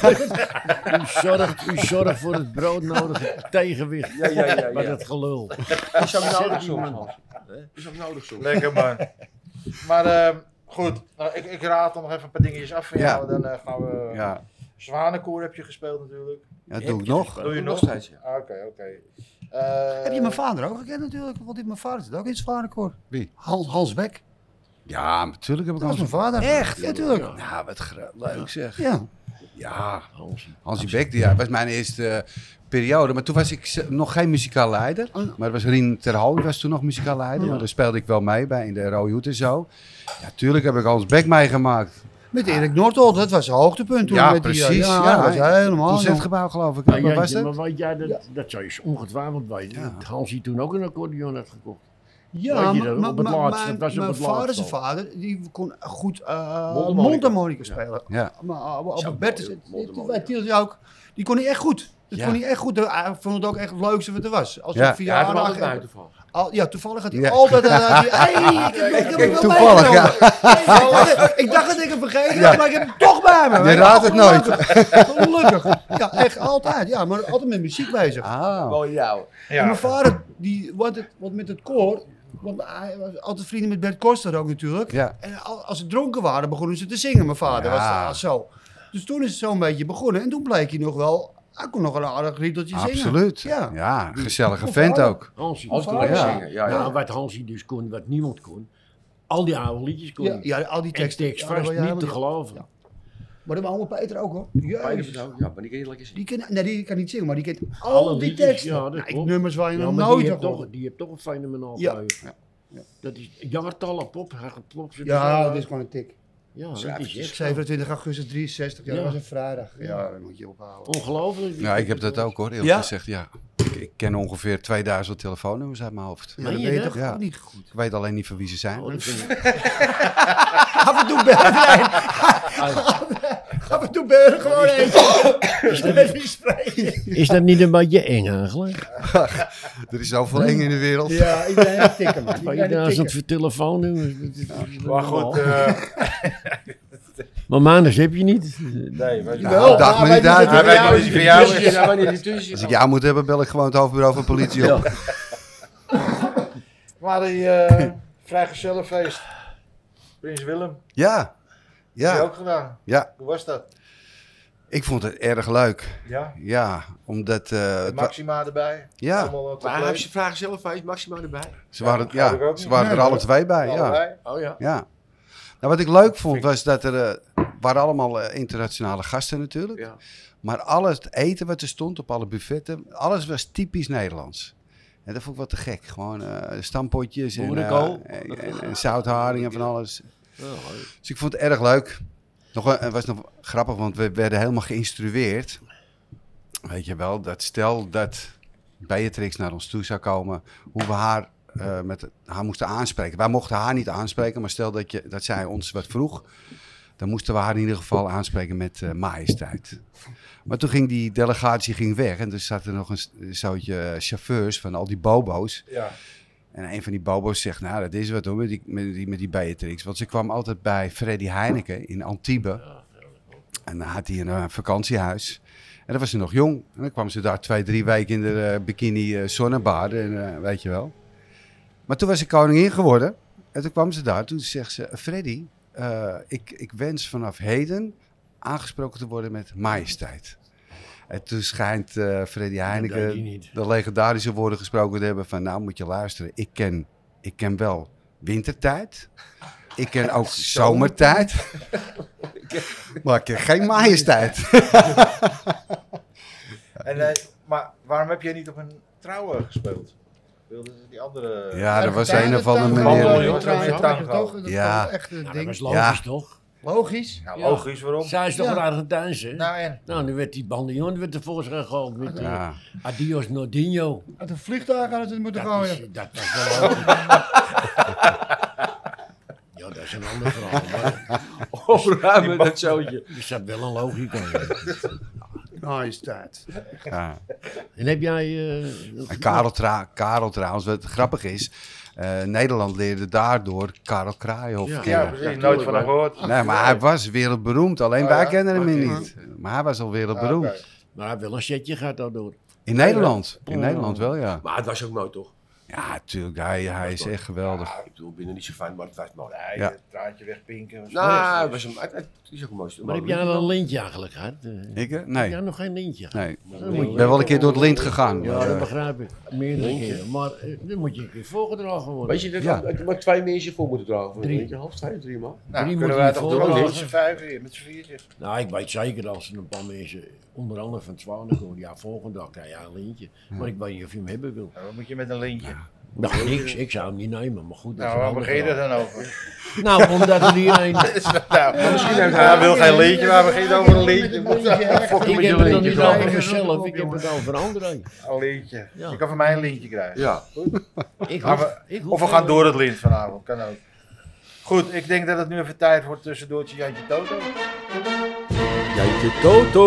U zorgt voor het broodnodige tegenwicht Ja. bij dat gelul. Is ook nodig soms, Hans. Is ook nodig soms. Lekker, man. Maar goed, nou, ik raad nog even een paar dingetjes af van Ja. jou. Dan gaan we... Ja. Zwanenkoor heb je gespeeld natuurlijk. Ja, dat doe ik nog. Doe je nog? steeds, ja. Ah, Oké. Heb je mijn vader ook gekend natuurlijk? Want mijn vader zit ook in het Zwarenkoor. Wie? Hans Beck. Ja, natuurlijk heb ik Dat was al mijn vader. Echt? Ja, natuurlijk. Ja, wat leuk zeg. Ja. Ja, Hansie. Hansie Beck, ja, was mijn eerste periode. Maar toen was ik nog geen muzikaal leider. Maar was Rien Terhouw, die was toen nog muzikaal leider. Maar daar speelde ik wel mee bij in de Rode Hoed en zo. Ja, tuurlijk heb ik Hans Beck meegemaakt. Met Erik Noordholt, dat was zijn hoogtepunt toen. Ja, met die, precies. ja, dat was helemaal. Concertgebouw geloof ik. Maar, Wat was dat? maar weet jij, dat zou je ongetwijfeld weten. Ja. Dat Hansie toen ook een accordeon had gekocht. Ja, Weet je dat? Op het laatst, dat was op mijn het laatst vader, zijn al. vader, die kon goed Mondharmonica. mondharmonica spelen. Ja. Maar Zo Albert Bertus, mooi, die mondharmonica. Tieltje ook, die kon hij echt goed. Dat Ja. kon hij echt goed. Hij vond het ook echt het leukste wat er was. Als Ja. een Ja, hij verjaardag... altijd buiten van. Ja, toevallig had hij Ja. altijd... hey, ik heb hem wel Toevallig, meegenomen. Ik dacht dat ik hem vergeten had, maar ik heb hem toch bij me. Je raadt het nooit. Gelukkig. Ja, echt altijd. Ja, maar altijd met muziek bezig. Ah. Mooi jou. En mijn vader, want met het koor... Want hij was altijd vrienden met Bert Koster ook natuurlijk. Ja. En als ze dronken waren, begonnen ze te zingen. Mijn vader Ja. was zo. Dus toen is het zo'n beetje begonnen. En toen bleek hij nog wel... Hij kon nog een aardig riedeltje zingen. Absoluut. Ja. Ja, gezellige Mijn vent vader. ook. Hansie. Hans kon Ja. lekker Ja. zingen. Ja. Nou, wat Hansie dus kon, wat niemand kon. Al die oude liedjes kon Ja, hij. ja, al die En teksten. tekst Ja, vast dat was niet te helemaal geloven. Ja. Maar dat allemaal Peter ook hoor. Peter Jezus. Vertouw, ja, maar die kan je lekker zien. Die kan niet zingen, maar die kent Alle al die liedjes, teksten. ja, dat Nou, klopt. nummers waar je Ja, nog maar nooit die hebt heeft, gehoord. die heeft toch een fenomenaal Ja. geheugen. Dat is jaartallen, pop. Hij klopt. Ja, dat is gewoon een tik. Ja, dat is echt 27 augustus 63, ja, Ja. dat was een vrijdag. Ja, dat moet je ophouden. ongelooflijk. Ja, ik heb dat ook hoor, eerlijk Ja? gezegd. Ja. Ik ken ongeveer 2000 telefoonnummers uit mijn hoofd. Ja, Meen dat je weet je dat? toch Ja. ook niet goed. Ik weet alleen niet van wie ze zijn. Oh, dat vind ik- Af en toe bellen jij. Af en toe bellen gewoon even spreken. Is dat niet een beetje eng eigenlijk? Er is zoveel eng in de wereld. Ja, iedereen heeft tikken, man. Iedereen heeft 2000 tikken. voor telefoonnummers. Dat is Maar goed, normaal. Maar maandags heb je niet. nee, weet je Jawel, wel. dag maar me niet wij uit. doen Hij het weet voor niet jou. wie van jou is. Ja, wanneer die tussen Als zit. ik jou moet hebben, bel ik gewoon het hoofdbureau van politie op. Maar die vrijgezellenfeest. Prins Willem. Ja, Heb je ja, ook gedaan. ja. Hoe was dat? Ik vond het erg leuk. Ja. Ja, omdat... het wa- Maxima erbij. ja, Allemaal Maar compleet. hij heeft zijn vragen zelf, hij is Maxima erbij. ze waren, Ja, dat ja, ook ze niet. waren er Nee, alle twee bij. Ja. Allebei. Oh ja. Ja. Nou, wat ik leuk vond was dat er waren allemaal internationale gasten natuurlijk. Ja. Maar al het eten wat er stond op alle buffetten, alles was typisch Nederlands. En dat vond ik wat te gek. Gewoon stampotjes en, Boerenkool. en zoutharing en van alles. Oh, Dus ik vond het erg leuk. Het was nog grappig, want we werden helemaal geïnstrueerd. Weet je wel, dat stel dat Beatrix naar ons toe zou komen, hoe we haar met haar moesten aanspreken. Wij mochten haar niet aanspreken, maar stel dat zij ons wat vroeg, dan moesten we haar in ieder geval aanspreken met majesteit. Maar toen ging die delegatie weg en er zat er nog een zootje chauffeurs van al die bobo's. Ja. En een van die bobo's zegt, nou dat is wat hoor, met die Beatrix. Want ze kwam altijd bij Freddy Heineken in Antibes. En dan had hij een vakantiehuis. En dan was ze nog jong. En dan kwam ze daar 2-3 weken in de bikini zonnebaden. En, weet je wel. Maar toen was ze koningin geworden. En toen kwam ze daar. Toen zegt ze, Freddy, ik wens vanaf heden aangesproken te worden met majesteit. En toen schijnt Freddy deed hij Heineken niet. de legendarische woorden gesproken te hebben van, nou moet je luisteren. Ik ken wel wintertijd. Ik ken ook zomertijd. Maar ik ken geen majesteit. En, maar waarom heb jij niet op een trouwen gespeeld? Wilden ze die andere... Ja, er was Tuin- een of andere tuin- meneer. Wandel, tuin- joh. tuin- Tuin- toch? Dat is Ja. toch echt een Ja, dat ding. was logisch toch? Logisch. Nou, Ja. logisch, waarom? Zij is toch Ja. een Argentijns, hè? Nou, en? Nou, nu werd die bandion weer tevoorschijn gehaald met Ja. Adios Nodinho. Uit een vliegtuig hadden ze het moeten gooien. Dat was wel logisch. Ja, dat is een ander verhaal. Maar Opruimen dat zootje. er zat wel een logica in. Majesteit. Ja. En heb jij... En Karel trouwens, wat grappig is. Nederland leerde daardoor Karel Kraaienhof Ja. kennen. Ja, precies. Nooit van hem gehoord. Nee, maar hij was wereldberoemd. Alleen Oh, wij ja? kennen hem Oké. niet. Maar hij was al wereldberoemd. Oké. Maar hij heeft wel een setje gehad daardoor. In Nederland. In Nederland wel, ja. Maar het was ook mooi, toch? Ja, natuurlijk. Hij is echt geweldig. Ja, ik bedoel, binnen niet zo fijn, maar het was mooi. Nee, Ja. het traantje wegpinken. Was Nou, het was het is ook een mooi stuk. Maar heb jij wel een lintje eigenlijk gehad? Ik? Heb Nee. jij nog geen lintje? Nee. Ik Dan moet je- ben wel een keer door het lint gegaan. Ja, maar, dat begrijp ik. Meerdere keren. Maar dan moet je een keer voorgedragen worden. Weet je dat Ja. er maar 2 mensen voor moeten dragen? Drie. Weet je, half 2, 3 man. Nou, Drie kunnen moet wij je toch voordragen. doen? Met z'n vijven hier, met z'n viertjes. Nou, ik weet zeker als er een paar mensen, onder andere van Zwanen komen, ja, volgende dag krijg je een lintje. Maar ik weet niet of je hem hebben wil. Nou, wat moet je met een lintje? Nou, niks. Ik zou hem niet nemen, maar goed. Dat Nou, is waar een begin je ander er dan over? verhaal. Nou, omdat er hier een... Nou, misschien heeft hij wil geen lintje, maar begint over een lintje. Ik heb het dan niet over mezelf, ik heb het over anderen. Een lintje. Ja. Je kan van mij een lintje krijgen. Ja. Ik Maar hoef, ik hoef Of we geen- gaan door het lint vanavond, kan ook. Goed, ik denk dat het nu even tijd wordt tussendoortje Jantje Toto. Jantje Toto.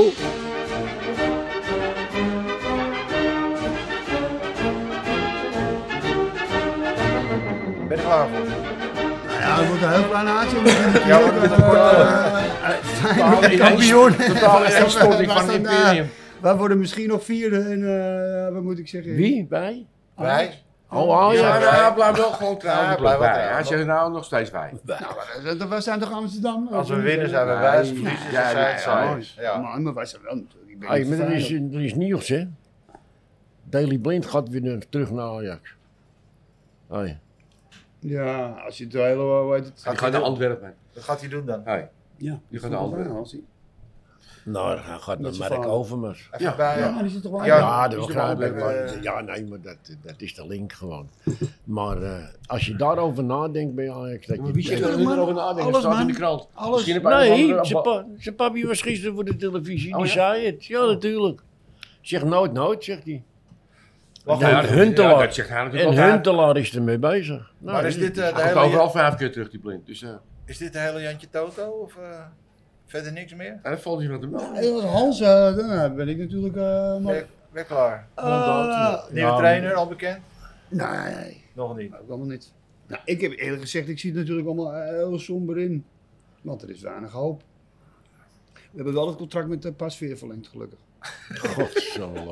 Ben je er klaar voor? Ja, het wordt een heel klein uitzending. Ja, maar met een Feyenoord kampioen. Totale instorting van het imperium. Wij worden misschien nog vierde en wat moet ik zeggen? Wie? Bij? Wij? Oh, Ja, ja. ja, blijf wel gewoon trouwen. Ja, blijf wel bij. trouw. Hij zegt nou nog steeds wij. We zijn toch Amsterdam? Als we winnen zijn we wij, als we verliezen Ja, zijn ja, zij. Ja. Ja. Maar wij zijn wel natuurlijk. Ik ben Hey, niet maar Feyenoord. er is nieuws, hè? Daily Blind gaat weer terug naar Ajax. Hey. Ja, als je het hele weet het. Ik ga naar Antwerpen. Wat gaat hij doen dan? Hey. Ja, Die gaat de andere. Nou, dan gaat Met naar zijn Mark vader. Overmars. Even Ja. bij, Ja, maar die zit toch wel Ja, Ja, die dat is toch wel begrijp ik. bij, Maar, ja, nee, maar dat is de link gewoon. Maar als je daarover nadenkt bij Ajax... Dat Maar je wie zit Tuurlijk, er man. erover nadenken? Alles, Dat staat in man. de krant. Alles. Misschien heb je Nee, een andere- zijn papi was gisteren voor de televisie. Oh, Die ja? zei het. Ja, natuurlijk. Zegt nooit, zegt hij. Wacht Ja, even. de Huntelaar. dat zegt hij natuurlijk En altijd. Huntelaar is ermee bezig. Nou, Maar is dit, de Hij komt hele, overal 5 keer terug, die blind. Dus is dit de hele Jantje Toto of verder niks meer? dat valt hier van de wel. Hey, Hans, dan ben ik natuurlijk... maar, Weer klaar. Eh, Nieuwe Ja, trainer, al bekend? nee, Nog niet. ook allemaal niet. Nou, ik heb eerlijk gezegd, ik zie het natuurlijk allemaal heel somber in. Want er is weinig hoop. We hebben wel het contract met de Pasveer verlengd, gelukkig. Godzolle.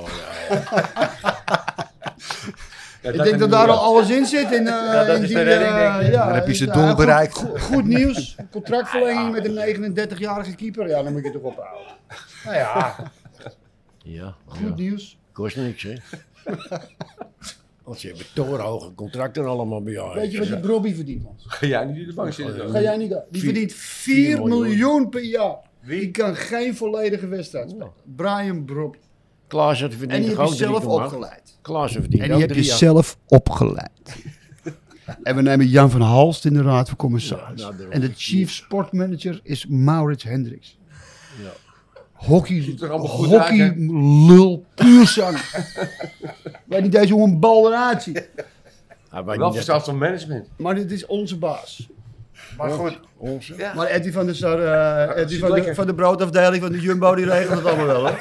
Ik denk dat daar al alles in zit. In, dat in is de redding, denk ik. Dan heb je zijn doel bereikt. Goed nieuws. Contractverlenging met een 39-jarige keeper. Ja, dan moet je het toch ophouden. Nou ja, Ja, Goed nieuws. kost niks, hè. Want ze hebben torenhoge contracten allemaal bij jou. Weet je wat die Brobby verdient, Hans? Ga jij niet in de bank zitten? Ga jij niet aan? Die Vier- verdient 4 miljoen per jaar. Wie? Die kan geen volledige wedstrijd spelen. Brian Brobby. Klaassen En verdient die toch heb je ook zelf 3,8. opgeleid. Klaassen verdient En ook die heb je 3,8. zelf opgeleid. En we nemen Jan van Halst in de raad van commissarissen. Ja, nou, daarom. En de chief sportmanager is Maurits Hendricks. Ja. Hockey, Ziet er allemaal goed hockey lul, puur zang. Weet niet deze hoe een bal eruit ziet. Hij weet Wel niet verstand van management. Maar dit is onze baas. maar goed. onze. Ja. Maar Eddie van der Sar, Eddie ziet van de, lekker. van de broodafdeling van de Jumbo, die regelt het allemaal wel, hè?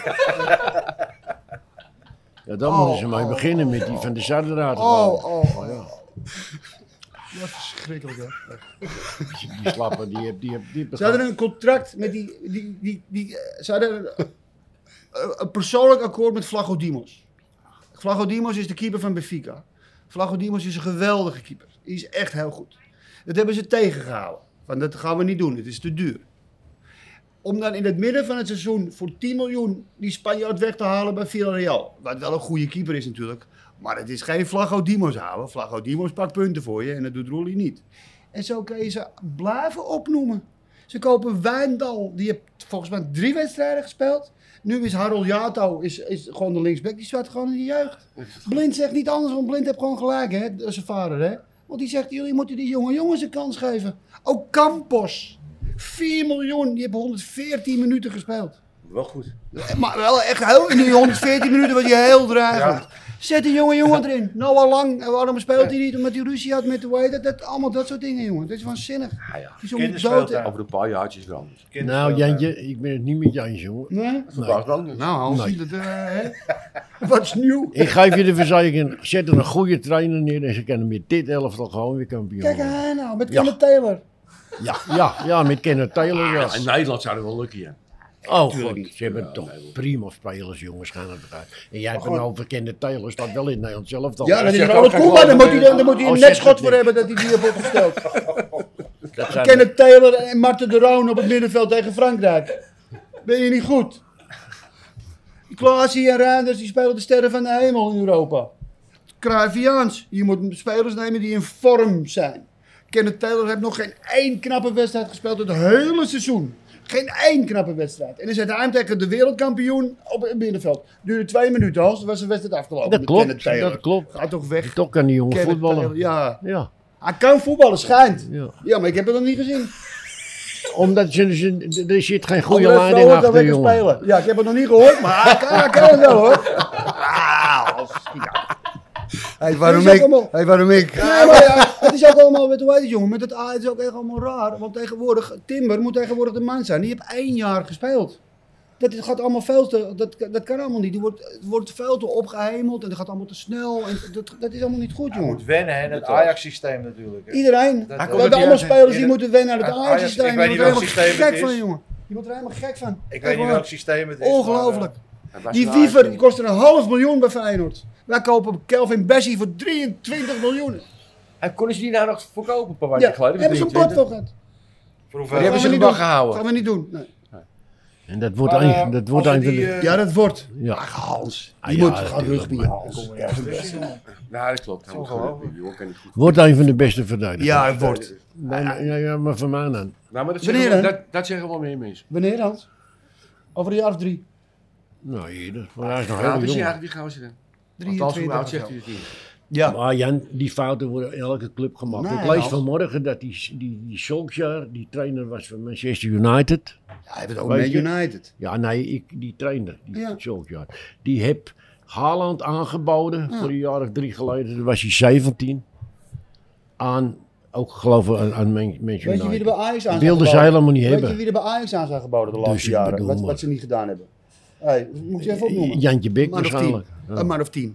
Ja, dan moeten ze mee beginnen met die van de Zuiderraad. Oh. Wat verschrikkelijk, hè? Die slappen, die heb Ze hadden een contract met ze hadden een persoonlijk akkoord met Vlachodimos. Vlachodimos is de keeper van Benfica. Vlachodimos is een geweldige keeper. Die is echt heel goed. Dat hebben ze tegengehouden. Want dat gaan we niet doen, het is te duur. Om dan in het midden van het seizoen voor 10 miljoen die Spanjaard weg te halen bij Villarreal. Wat wel een goede keeper is natuurlijk. Maar het is geen Vlachodimos houden. Vlachodimos pakt punten voor je en dat doet Roelie niet. En zo kun je ze blijven opnoemen. Ze kopen Wijndal, die heeft volgens mij 3 wedstrijden gespeeld. Nu is Harold Jato is gewoon de linksback, die staat gewoon in de jeugd. Blind zegt niet anders, want Blind heeft gewoon gelijk, hè, zijn vader. Hè? Want die zegt, jullie moeten die jonge jongens een kans geven. Ook Campos, 4 miljoen, die heeft 114 minuten gespeeld. Wel goed. Maar wel echt heel, in die 114 minuten was hij heel dreigend. Zet een jonge jongen erin. Nou al lang. En waarom speelt hij niet? Omdat hij ruzie had met de way. Allemaal dat soort dingen, jongen. Dat is waanzinnig. Ja, ja. Die jongen Kinderspeeltuin. dood. hè. Over een paar jaartjes weer anders. Nou, Jantje, ik ben het niet met Jantje, jongen. Nee? Verbaasd wel niet. Nou, Hans, Nee. ziet het, hè? Wat is nieuw? Ik geef je de verzekering, zet er een goede trainer neer en ze kunnen met dit elftal gewoon weer kampioen Kijk worden. aan nou, met Ja. Kenneth Taylor. Ja, met Kenneth Taylor, ja. In Nederland zou het wel lukken, ja. Oh god, niet. ze hebben toch prima spelers, jongens, gaan het eruit. En jij hebt een over Kenneth Taylor, staat wel in Nederland zelf dan. Ja, dat is zegt Ronald ook geen Koeman. Dan moet geloof hij Oh, een zegt netschot het voor niet. hebben dat hij die heeft opgesteld. Dat zijn Kenneth Taylor en Marten de Roon op het middenveld tegen Frankrijk. Ben je niet goed? Klaasie en Reinders die spelen de sterren van de hemel in Europa. Cruyffiaans. Je moet spelers nemen die in vorm zijn. Kenneth Taylor heeft nog geen 1 knappe wedstrijd gespeeld het hele seizoen. Geen 1 knappe wedstrijd. En dan zet hij hem tegen de wereldkampioen op het middenveld. Duurde 2 minuten, Hans. Dan was de wedstrijd afgelopen. Dat met klopt, Kenneth Taylor. dat klopt. Ga toch weg. Toch kan die jongen Kenneth voetballen. Taylor, ja. Ja. Hij kan voetballen, schijnt. Ja. Ja, maar ik heb het nog niet gezien. Omdat er zit geen goede André leiding Vrolijk kan achter, lekker jongen. spelen. Ja, ik heb het nog niet gehoord, maar hij kan het wel, hoor. Hey, waarom Dat is ik? ook allemaal- Hey, waarom ik? Nee, maar ja, het is ook allemaal, weet je jongen, met het A is ook echt allemaal raar. Want tegenwoordig, Timber moet tegenwoordig de man zijn. Die heeft 1 jaar gespeeld. Dat gaat allemaal veel te, dat kan allemaal niet. Het wordt veel te opgehemeld en dat gaat allemaal te snel. En dat is allemaal niet goed, Je jongen. moet wennen hè, het Ajax-systeem natuurlijk. Hè. Iedereen. Dat- We dat- hebben allemaal spelers die ieder- moeten wennen aan het Ajax, Ajax-systeem. ik Je weet wordt niet er welk helemaal systeem het gek van, is. jongen. Je wordt er helemaal gek van. Ik Echt weet niet waar. welk systeem het is. Ongelooflijk. Hij was Die een Wiever, Ajax, die kostte $500.000 bij Feyenoord. Wij kopen Kelvin Bessie voor 23 miljoen. En konden ze die nou nog verkopen een paar Ja, weken geleden? hebben ze een pot toch gehad. Voor hoeveel? Die hebben ze Gaan we hem niet wel gehouden. Gaan we niet doen. Nee. En dat wordt een van de... Ja, dat wordt. Ja. Ach, Hans. Ah, Je ja, moet gaan natuurlijk, rugby, maar- Hans. Ja, dat klopt. Hij moet gewoon- die jongen kan niet goed. Wordt een van de beste verdedigers. Ja, het wordt. Ja, maar van mij dan. Nou, maar dat Wanneer zeggen, dan? dat zeggen wel meer mensen. Wanneer, Hans? Over een jaar of 3? Nou, hier, hij is nog Ja, heel dus jong. ja, die gaan ze dan. Althans, hoe oud zegt hij het hier? Ja. Maar Jan, die fouten worden in elke club gemaakt. Nee, Ik lees Hans. vanmorgen dat die Solskjaer, die trainer was van Manchester United. Ja, hij heeft het ook Weet met je? United. Ja, nee, die trainer, die Ja. Solskjaer. Die heb Haaland aangeboden voor een jaar of 3 geleden. Toen was hij 17. Aan, ook geloof ik aan Manchester Weet je wie er United. bij Ajax aan Wilden ze helemaal niet hebben. Weet je wie er bij Ajax aan zijn geboden de Dus laatste ik jaren? bedoel Wat, maar. wat ze niet gedaan hebben. Hey, moet je even opnoemen. Jantje Bik Een man of 10. waarschijnlijk. Ja. Een man of 10.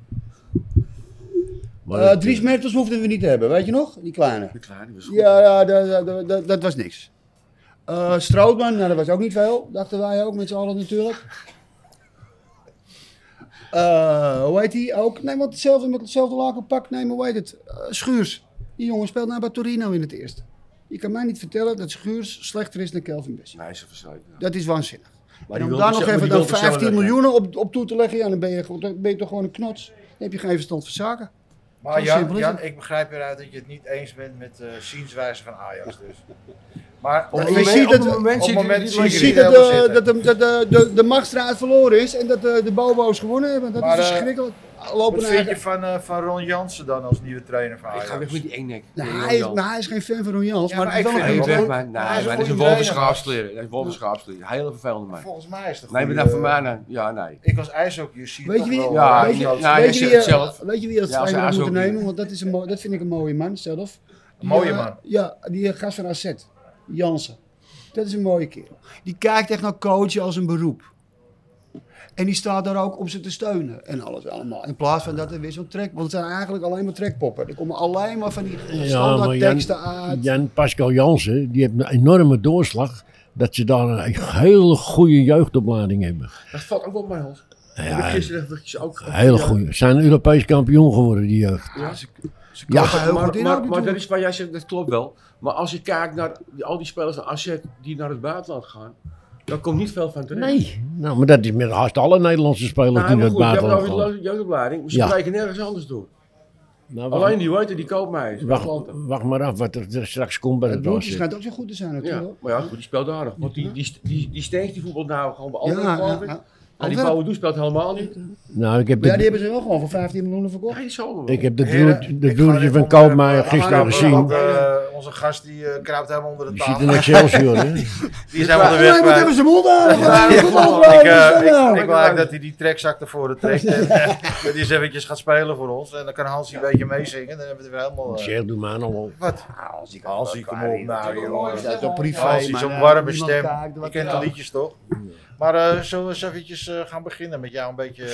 Maar dat, Dries Mertens hoefden we niet te hebben, weet je nog? Die kleine. Die kleine, die was goed. Ja, dat was niks. Strootman, nou, dat was ook niet veel. Dachten wij ook met z'n allen natuurlijk. Hoe heet die ook? Nee, want hetzelfde, met hetzelfde lakenpak. Nee, maar hoe heet het? Schuurs. Die jongen speelt nou bij Torino in het eerste. Je kan mij niet vertellen dat Schuurs slechter is dan Kelvin Bessie. Nee, ze versluiten. Dat is waanzinnig. Maar die om wil daar toch nog zelf- even die dan wil toch zelf 15 weg, miljoen op toe te leggen, ja, dan ben je toch gewoon een knots. Dan heb je geen verstand van zaken. Maar Zo Jan, simpel is het. ik begrijp eruit dat je het niet eens bent met de zienswijze van Ajax. Dus. Maar Op je het ziet moment- dat- op het moment op zit het moment hij zie Je je ziet niet dat, helemaal zitten. de machtsstrijd verloren is en dat de Bobo's gewonnen hebben. Dat Maar, is verschrikkelijk. Lopen Wat vind je van Ron Jansen dan als nieuwe trainer van Ik Ajax? ga weg met die engnek. Nou, Die hij, is, Jan. nou, hij is geen fan van Ron Jans, Ja, maar maar het is ik wel vind een Nee, hem goede weg, trainer. maar, Hij nee, is maar een dat is een goede wolvenschapsleer. Dat is wolvenschapsleer. Een hele vervelende man. Volgens mij is het Nee, maar goede- dan voor mij dan. Ja, nee. Ik als ijshockeyer zie Weet je toch wie, wel... Ja, weet je, nou, weet hij je zegt wie, het zelf. weet je wie als Ja, als trainer hij moet ook niet. nemen? Want dat vind ik een mooie man zelf. Die, Mooie man. Ja, die gast van AZ, Jansen. Dat is een mooie kerel. Die kijkt echt naar coachen als een beroep. En die staat daar ook om ze te steunen en alles allemaal. In plaats van dat er weer zo'n trek... Want het zijn eigenlijk alleen maar trekpoppen. Er komen alleen maar van die ja, standaard maar teksten uit. Jan Pascal Jansen, die heeft een enorme doorslag. Dat ze daar een hele goede jeugdopleiding hebben. Dat valt ook wel op mijn hand. Ja, Ik heb gisteren eventjes ook... Hele goede. Ze zijn Europees kampioen geworden, die jeugd. Ja. Ze Ja, kopen heel Maar, goed in. maar, ook maar natuurlijk. dat is waar jij zegt, dat klopt wel. Maar als je kijkt naar al die spelers van AZ die naar het buitenland gaan, dan komt niet veel van terecht. Nee, nou, maar dat is met haast alle Nederlandse spelers Nou, die maar naar het goed, je hebt buitenland nou gaan. weer jeugdopleiding, maar ze Ja. spreken nergens anders door. Nou, Alleen die weten, die koopt mij. wacht maar af wat er straks komt bij Het het broertje AZ. schijnt ook zo goed te zijn Ja, natuurlijk. maar ja, goed, die speelt aardig. Want die Stengs die voetbalt nou gewoon bij Antwerpen, geloof ik. En die Antwerpen. Bouwdoe speelt helemaal niet. Nou, ik heb Maar ja, die de, hebben ze wel gewoon voor 15 miljoen verkocht. Ja, die zal wel. ik heb de Heren, broertje ik ga van even Koopmeijer onder- gisteren want, gezien. onze gast die kruipt helemaal onder de Die zit tafel. in Excelsior, hè? Die is helemaal de Nee, weg moet kwijt. even zijn mond houden. Ik wil eigenlijk dat hij die trekzak ervoor trekt. En dat hij eens eventjes gaat spelen voor ons. En dan kan Hansie een beetje meezingen. Dan hebben we het weer helemaal... Zeg, doe maar nog wel. Wat? Hansie, kom op nou, jongen. Dat is toch privé. Hansie, maar, zo'n warme niemand stem. kijkt, Je wat kent dan. de liedjes toch? Maar zullen we eens eventjes gaan beginnen met jou een beetje...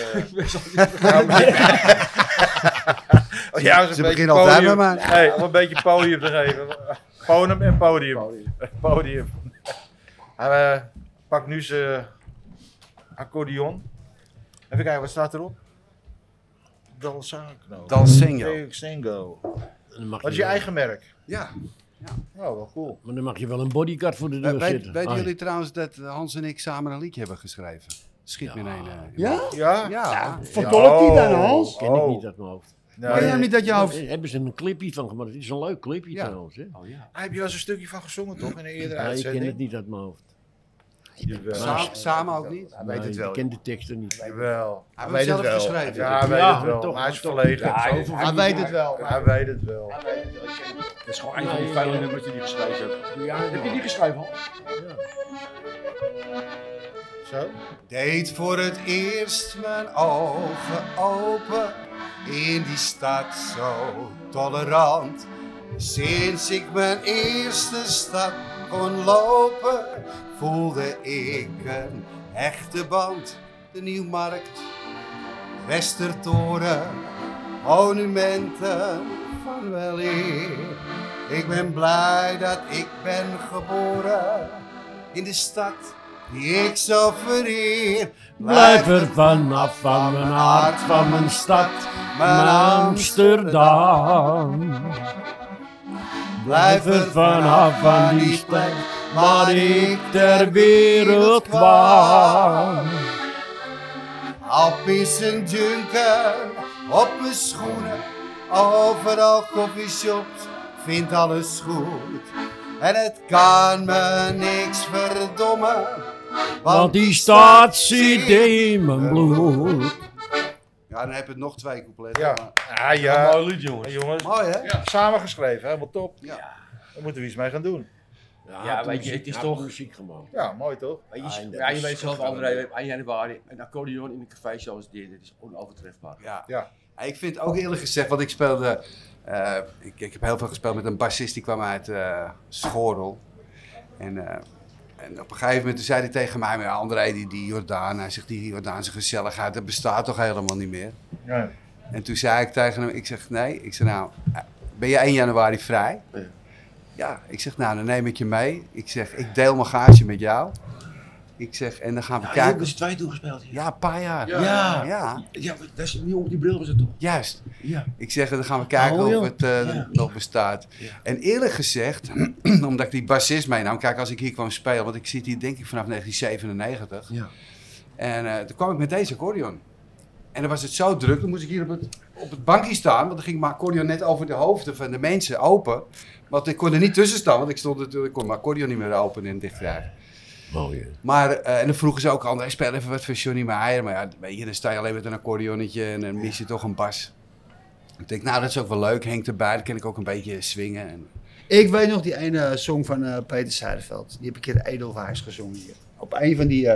Ze beginnen altijd met mij. Nee, om een beetje podium te geven. Podium en podium. Podium. Hij pakt nu zijn accordeon. Even kijken, wat staat erop? Dalsano. Dalsengo. Wat is je eigen merk? Ja. Oh, wel cool. Maar dan mag je wel een bodyguard voor de deur zetten. Weten Ah, jullie trouwens dat Hans en ik samen een liedje hebben geschreven? Schiet me in één. Ja? Ja? Ja. Vertolkt die dan, Hans? ken ik niet uit mijn hoofd. Nee. Ken je hem niet uit je hoofd? Daar hebben ze een clipje van gemaakt. Het is een leuk clipje Ja. trouwens. Hè? Oh, ja. Daar heb je wel eens een stukje van gezongen toch? In een eerdere Nee, ik ken uitzending? het niet uit mijn hoofd. Jawel. Samen ook niet? Hij weet het wel. Ik ken de teksten niet. Jawel. Hij Hij weet het zelf wel. geschreven. Ja, hij weet Ja, het wel. toch, Maar hij is toch. verlegen. Ja, Hij weet het wel. Hij weet het wel. Dat is gewoon een van die vele nummers die hij geschreven heeft. Heb je die geschreven al? Zo? Deed voor het eerst mijn ogen open in die stad zo tolerant. Sinds ik mijn eerste stap kon lopen, voelde ik een echte band. De Nieuwmarkt, Westertoren, monumenten van weleer. Ik ben blij dat ik ben geboren in de stad die ik zo vereer. Blijf er vanaf van mijn hart, van mijn stad, mijn Amsterdam. Blijf er vanaf van die stad, waar ik ter wereld kwam. Op is een junker, op mijn schoenen, overal coffeeshops, vindt alles goed. En het kan me niks verdommen, Want die staat zit in mijn bloed. Ja, dan heb je nog 2 coupletten. Ja. maar- Ja. Mooi lied, jongens. Jongens, Mooi hè? samen geschreven, helemaal top. Ja. Daar moeten we iets mee gaan doen. Ja, weet je, het is toch- muziek gemaakt. Ja, mooi toch? Weet Ah, je, dat ja, je is weet zelf, toch André, 1 januari, een accordeon in een café zoals dit, dat is onovertrefbaar. Ja. Ja. Ik vind ook eerlijk gezegd, want ik speelde... ik heb heel veel gespeeld met een bassist, die kwam uit Schorel. En op een gegeven moment zei hij tegen mij, maar ja, André, die Jordaan, hij zegt, die Jordaanse gezelligheid, dat bestaat toch helemaal niet meer? Ja. En toen zei ik tegen hem, ik zeg, nee. Ik zeg, nou, ben je 1 januari vrij? Ja. Ja, ik zeg, nou, dan neem ik je mee. Ik zeg, ik deel mijn gage met jou. Ik zeg, en dan gaan we Ja, je hebt kijken. met z'n tweeën toegespeeld hier. Ja, een paar jaar. Ja. Ja, Dat is niet op die bril was het toch? juist. Ja. Ik zeg, dan gaan we kijken Oh, of joh. het Ja. nog bestaat. Ja. En eerlijk gezegd, omdat ik die bassist meenam, kijk, als ik hier kwam spelen, want ik zit hier denk ik vanaf 1997. Ja. En toen kwam ik met deze accordeon. En dan was het zo druk, dan moest ik hier op het bankje staan, want dan ging mijn accordeon net over de hoofden van de mensen open. Want ik kon er niet tussen staan, want ik kon mijn accordeon niet meer open en dicht krijgen. Mooi, hè? Maar, en dan vroegen ze ook, André, speel even wat voor Johnny Meijer. Maar ja, weet je, dan sta je alleen met een accordeonnetje en dan mis je toch een bas. Ik denk, nou, dat is ook wel leuk, Henk erbij, dan kan ik ook een beetje swingen. En... Ik weet nog die ene song van Peter Zijderveld. Die heb ik een keer Edelwijs gezongen hier. Op een van die...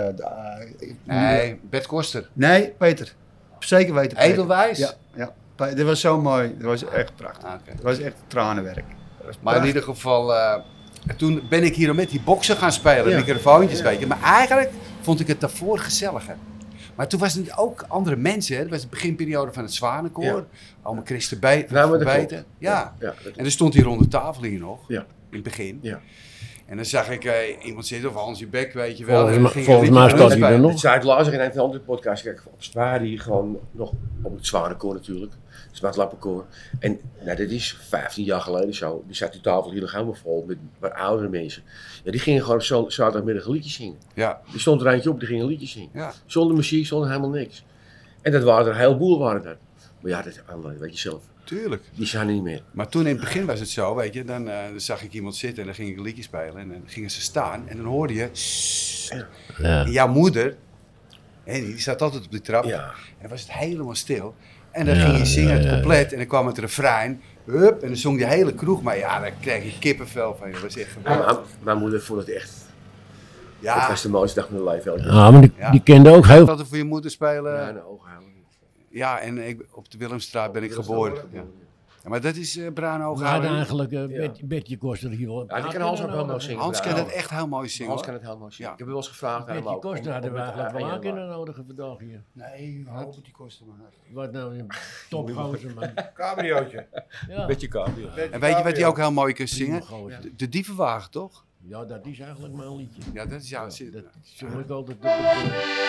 Nee, Bert Koster. Nee, Peter. Zeker weten Peter. Edelwijs? Ja, ja. Dat was zo mooi. Dat was echt prachtig. Ah, oké. Dat was echt tranenwerk. Dat was Maar in prachtig. ieder geval, toen ben ik hier met die boksen gaan spelen, Ja. microfoontjes, weet je. Maar eigenlijk vond ik het daarvoor gezelliger. Maar toen was het ook andere mensen, hè. Dat was de beginperiode van het Zwanenkoor. Ja. Allemaal Christen Nou, maar dat Verbeten. klopt. Ja. Ja, dat- En er stond hier rond de tafel hier nog, Ja. in het begin. Ja. En dan zag ik iemand zitten, of Hansie Beck, weet je wel. Volgens en dan mij- ging volgens een mij liedje staat van hij er hun nog. Het zei het laatst in een van de andere podcast. Kijk, op Zwaar die gewoon nog op het Zwanenkoor natuurlijk. Zwart Lappenkoor. En nou, dat is 15 jaar geleden zo. Die zat die tafel hier nog helemaal vol met wat oudere mensen. Ja, die gingen gewoon op zaterdagmiddag een liedje zingen. Ja, Die stond er eentje op, die ging een liedje zingen. ja. Zonder muziek, zonder helemaal niks. En dat waren er een heleboel waren dat. Maar ja, dat weet je zelf. Tuurlijk. Die zijn er niet meer. Maar toen in het begin was het zo, weet je, dan zag ik iemand zitten en dan ging ik een liedje spelen. En dan gingen ze staan en dan hoorde je... Ja. En jouw moeder, hè, die zat altijd op die trap. Ja. En dan was het helemaal stil. En dan Ja, ging je zingen ja, het ja. compleet. En dan kwam het refrein. Hup, en dan zong die hele kroeg. Maar ja, daar kreeg je kippenvel van. Dat was echt Ja, geweldig. mijn moeder vond het echt. Dat Ja, was de mooiste dag van mijn leven. Ja, maar die, Ja. die kende ook heel... altijd voor je moeder spelen. Ja, Ja, in de ogen houden. op de Willemstraat ben ik geboren. Ja. Ja, maar dat is bruin We oog hadden houden. eigenlijk Ja. Betje Koster hier wel. Ja, die kan Hans ook wel mooi zingen. Hans kan Ja. dat echt heel mooi zingen. Hans hoor. kan het heel mooi zingen. Ja. Ik heb wel eens gevraagd aan hem Betje ook. Koster hadden we met eigenlijk wel haar aan kunnen eenmaal. nodigen vandaag hier. Nee, hou op met die kosten maar. Wat nou een topgozer, man. Cabriootje. Ja. Beetje kabel. En weet je wat hij ook heel mooi kan zingen? Prima gozer. De dievenwagen, toch? Ja, dat is eigenlijk mijn liedje. Ja, dat is jouw Ja, zin. dat zong ik altijd op het...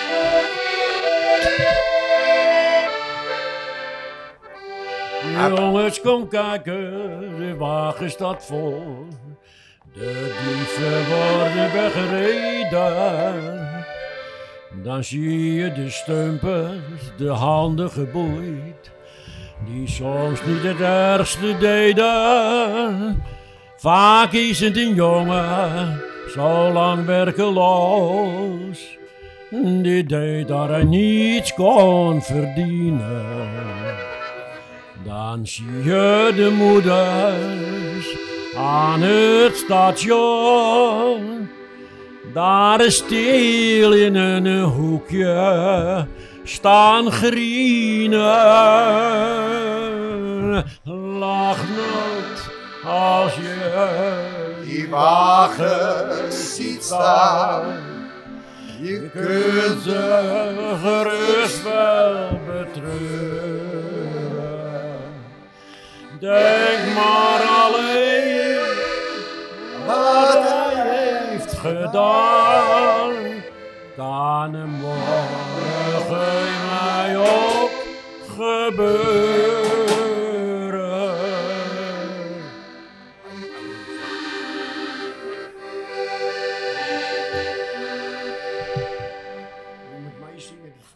Jongens, kom kijken, de wagen staat vol. De dieven worden weggereden. Dan zie je de stumpers, de handen geboeid. Die soms niet het ergste deden. Vaak is het een jongen, zo lang werkeloos. Die deed daar hij niets kon verdienen. Dan zie je de moeders aan het station. Daar stil in een hoekje staan grienen. Lach nooit als je Die wagen ziet staan. Je kunt ze gerust wel betreuren. Denk maar alleen wat hij heeft gedaan. Kan hem morgen mij ook gebeuren.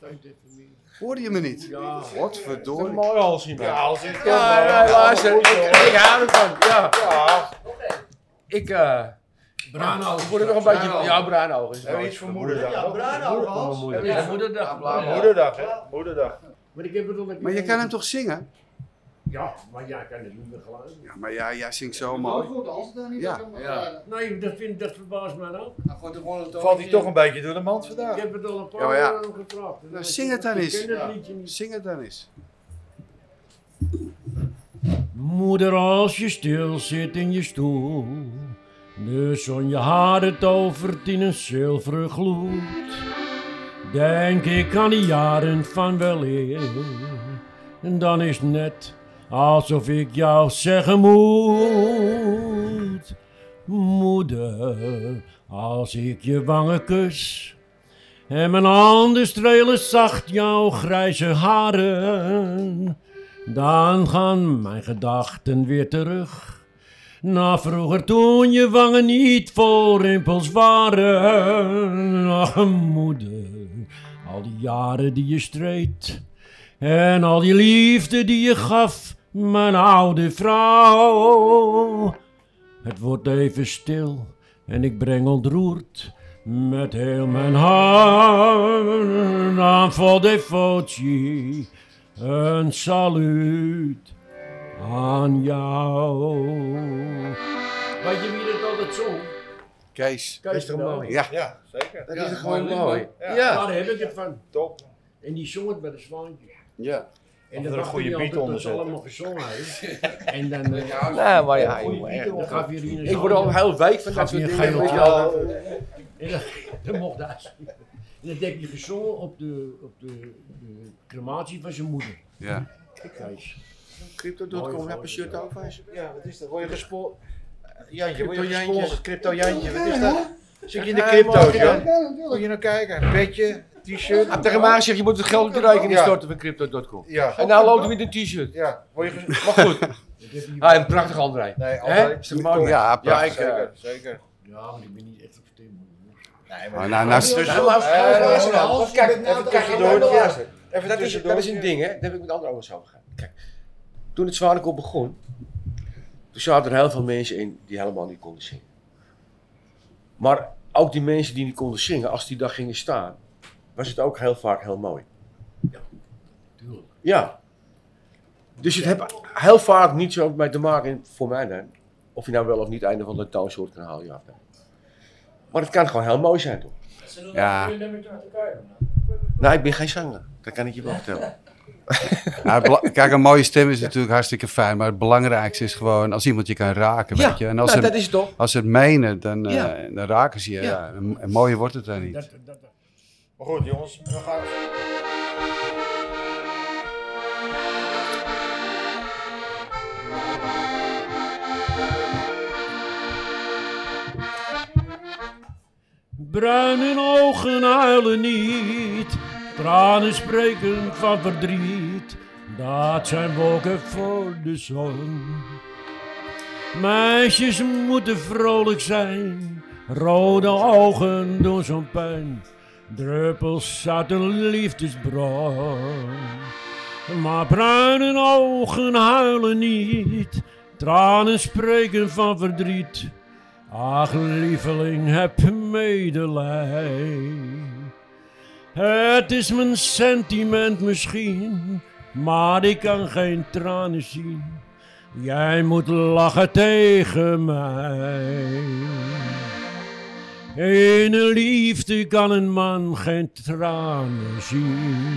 Hoorde je me niet? Ja. Godverdorie. mooi halsje, man. Ja, als ik Ja, luister, ik hou ervan. Ja. Ik Bruinogen. word er nog een beetje... Ja, bruinogen is Hebben we mooi. iets voor moederdag? Ja, bruinogen, Hans. Moeder. Ja, moederdag. Moederdag, hè? Moederdag. Maar ik heb het al met Maar je kan hem toch zingen? Ja, maar jij kan het niet meer geluiden. Ja, maar ja, jij zingt zo Nou, mooi. goed, als het dan niet Ja. ja. Nee, dat verbaast mij ook. Valt hij toch een beetje door de mand Ik vandaag? heb het al een paar Ja, maar ja. jaar gevraagd. Nou, zing het dan eens. Ik ken het liedje niet. Zing het dan eens. Moeder, als je stil zit in je stoel, de zon je haren tovert in een zilveren gloed. Denk ik aan die jaren van weleer, en dan is het net alsof ik jou zeggen moet. Moeder, als ik je wangen kus en mijn handen strelen zacht jouw grijze haren, dan gaan mijn gedachten weer terug naar vroeger toen je wangen niet vol rimpels waren. Ach, moeder, al die jaren die je streed en al die liefde die je gaf, mijn oude vrouw. Het wordt even stil en ik breng ontroerd met heel mijn hart aan vol devotie een saluut aan jou. Weet je wie dat altijd zong? Kees. Dat is toch mooi? Ja. Ja, zeker. Dat Ja, is toch gewoon mooi, mooi? Ja. Ja. Daar heb ik het van. top. En die zong het bij de Zwaantjes. Ja. En er dan een wacht goede hij beat altijd onder tot ze zit. allemaal gezongen heeft. En dan Nee, maar ja, jongen. echt. dan gaf je die Ik word al een hele week van dat Gaf soort je een dingen. geiltje weet je wel. En dan mocht hij. En dat heb je gezongen op de crematie van zijn moeder. Ja. Kees. Crypto.com, heb een shirt over. Ja, wat is dat? Word je gespoord? Jantje, word je Crypto Jantje. gesponsord? Crypto Jantje, wat is dat? Zit je in de Ja, crypto's, mooi, ja? ja. Ja, natuurlijk. Moet je nou kijken? Petje, t-shirt. Hij heeft tegen mij gezegd, je moet het geld op de rekening Ja. storten van Crypto.com. Ja. En nou loopt hij met een t-shirt. Ja, word je Maar goed. Hij een prachtig André. Nee, Hè? altijd. Is toch mooi? Ja, Ja, prachtig. ik... Zeker, zeker. Ja, maar ik ben niet echt op stem. Nee, Maar nou, nou, Kijk, even tussendoor. Even dat tussendoor. is een ding, hè? Daar heb ik met anderen over over gegaan. Kijk, toen het Zwanenkop begon, toen zaten er heel veel mensen in die helemaal niet konden zingen. Maar ook die mensen die niet konden zingen, als die dag gingen staan, was het ook heel vaak heel mooi. Tuurlijk. Ja. Dus het heeft heel vaak niet zo mee te maken, voor mij dan, of je nou wel of niet einde van de toonsoort kan halen, ja of nee. Maar het kan gewoon heel mooi zijn, toch? Ja. Nou, ik ben geen zanger. Dat kan ik je wel vertellen. Kijk, een mooie stem is natuurlijk hartstikke fijn. Maar het belangrijkste is gewoon als iemand je kan raken. Ja, weet je? En als, nou, ze, dat is het toch? als ze het menen, dan, Ja. dan raken ze je. Ja. Ja. En mooier wordt het dan niet. Maar goed, jongens, we gaan. Bruine ogen huilen niet, tranen spreken van verdriet. Dat zijn wolken voor de zon. Meisjes moeten vrolijk zijn, rode ogen doen zo'n pijn. Druppels uit een liefdesbron. Maar bruine ogen huilen niet, tranen spreken van verdriet. Ach, lieveling, heb medelij. Het is mijn sentiment misschien, maar ik kan geen tranen zien. Jij moet lachen tegen mij. In een liefde kan een man geen tranen zien.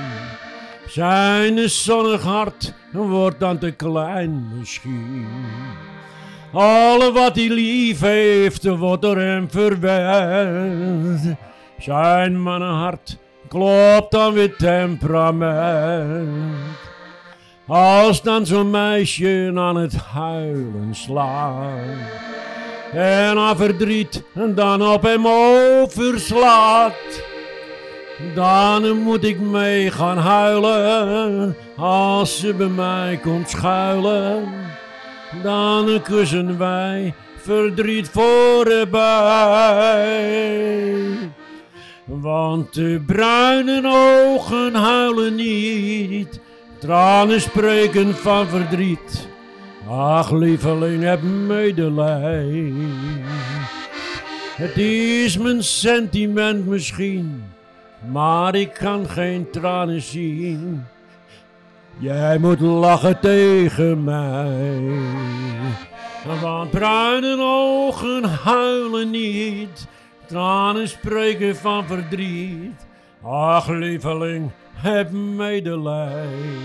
Zijn zonnig hart wordt dan te klein misschien. Alle wat hij lief heeft, wordt door hem verwend. Zijn mannenhart klopt dan weer temperament. Als dan zo'n meisje aan het huilen slaat en haar verdriet dan op hem overslaat, dan moet ik mee gaan huilen als ze bij mij komt schuilen. Dan kussen wij verdriet voorbij. Want de bruine ogen huilen niet, tranen spreken van verdriet. Ach, lieveling, heb medelij. Het is mijn sentiment misschien, maar ik kan geen tranen zien. Jij moet lachen tegen mij. Want bruine ogen huilen niet, tranen spreken van verdriet. Ach, lieveling, heb medelij.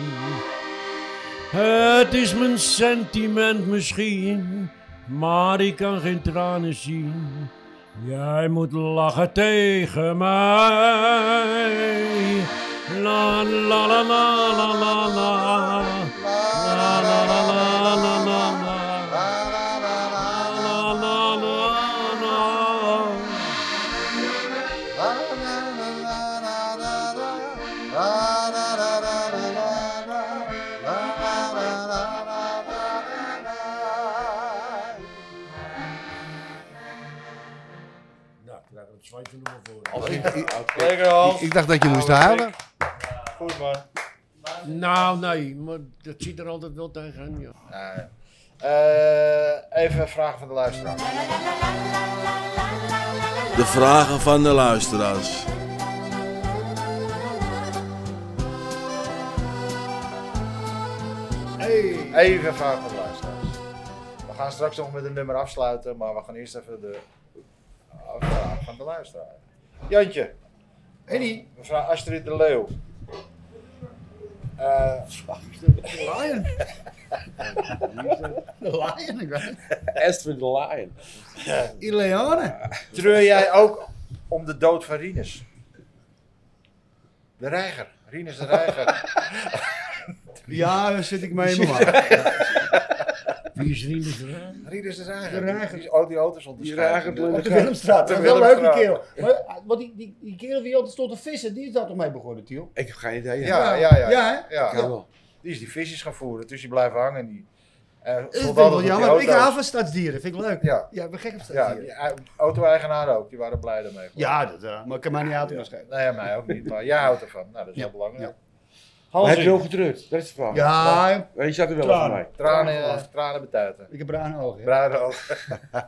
Het is mijn sentiment misschien, maar ik kan geen tranen zien. Jij moet lachen tegen mij. La la la la la la la. La la la la la la la. Lekker Hans. Ik dacht dat je moest huilen. Goed man. Nou, nee, maar dat ziet er altijd wel tegenaan, ja. Even vragen van de luisteraar. De vragen van de luisteraars. Even vragen van de luisteraars. We gaan straks nog met een nummer afsluiten, maar we gaan eerst even de vraag van de luisteraar. Jantje. Eddie. Mevrouw Astrid de Leeuw. Lion. De Lion, ik weet het. Astrid the Lion. Ileane. Treur jij ook om de dood van Rinus? De reiger. Rinus de reiger. Ja, daar zit ik mee in mijn maag. Wie is Rinus de Reiger? Rinus de reiger. De reiger. Die auto's onderscheiden. Op de Willemstraat. Dat is wel leuk, die kerel. Maar die kerel die altijd stond te vissen, die is daar toch mee begonnen, Tiel? Ik heb geen idee. Ja. Ja, hè? Ik kan wel. Die is die visjes gaan voeren, dus die blijven hangen. Die, Dat vind ik wel jammer. Ik hou van stadsdieren, vind ik leuk. Ja. Ja, ik ben gek op Ja, stadsdieren. die auto-eigenaren ook, die waren blij daarmee. Ja, maar ik kan mij niet uit onderscheiden. Nee, mij ook niet, maar jij houdt ervan. Nou, dat is wel belangrijk. Ja. Maar heb je Hansie, wel getreurd? Dat is de vraag. Ja, Maar je zat er wel Tranen. van mij. tranen betuiten. ik heb bruine ogen. Bruine ogen.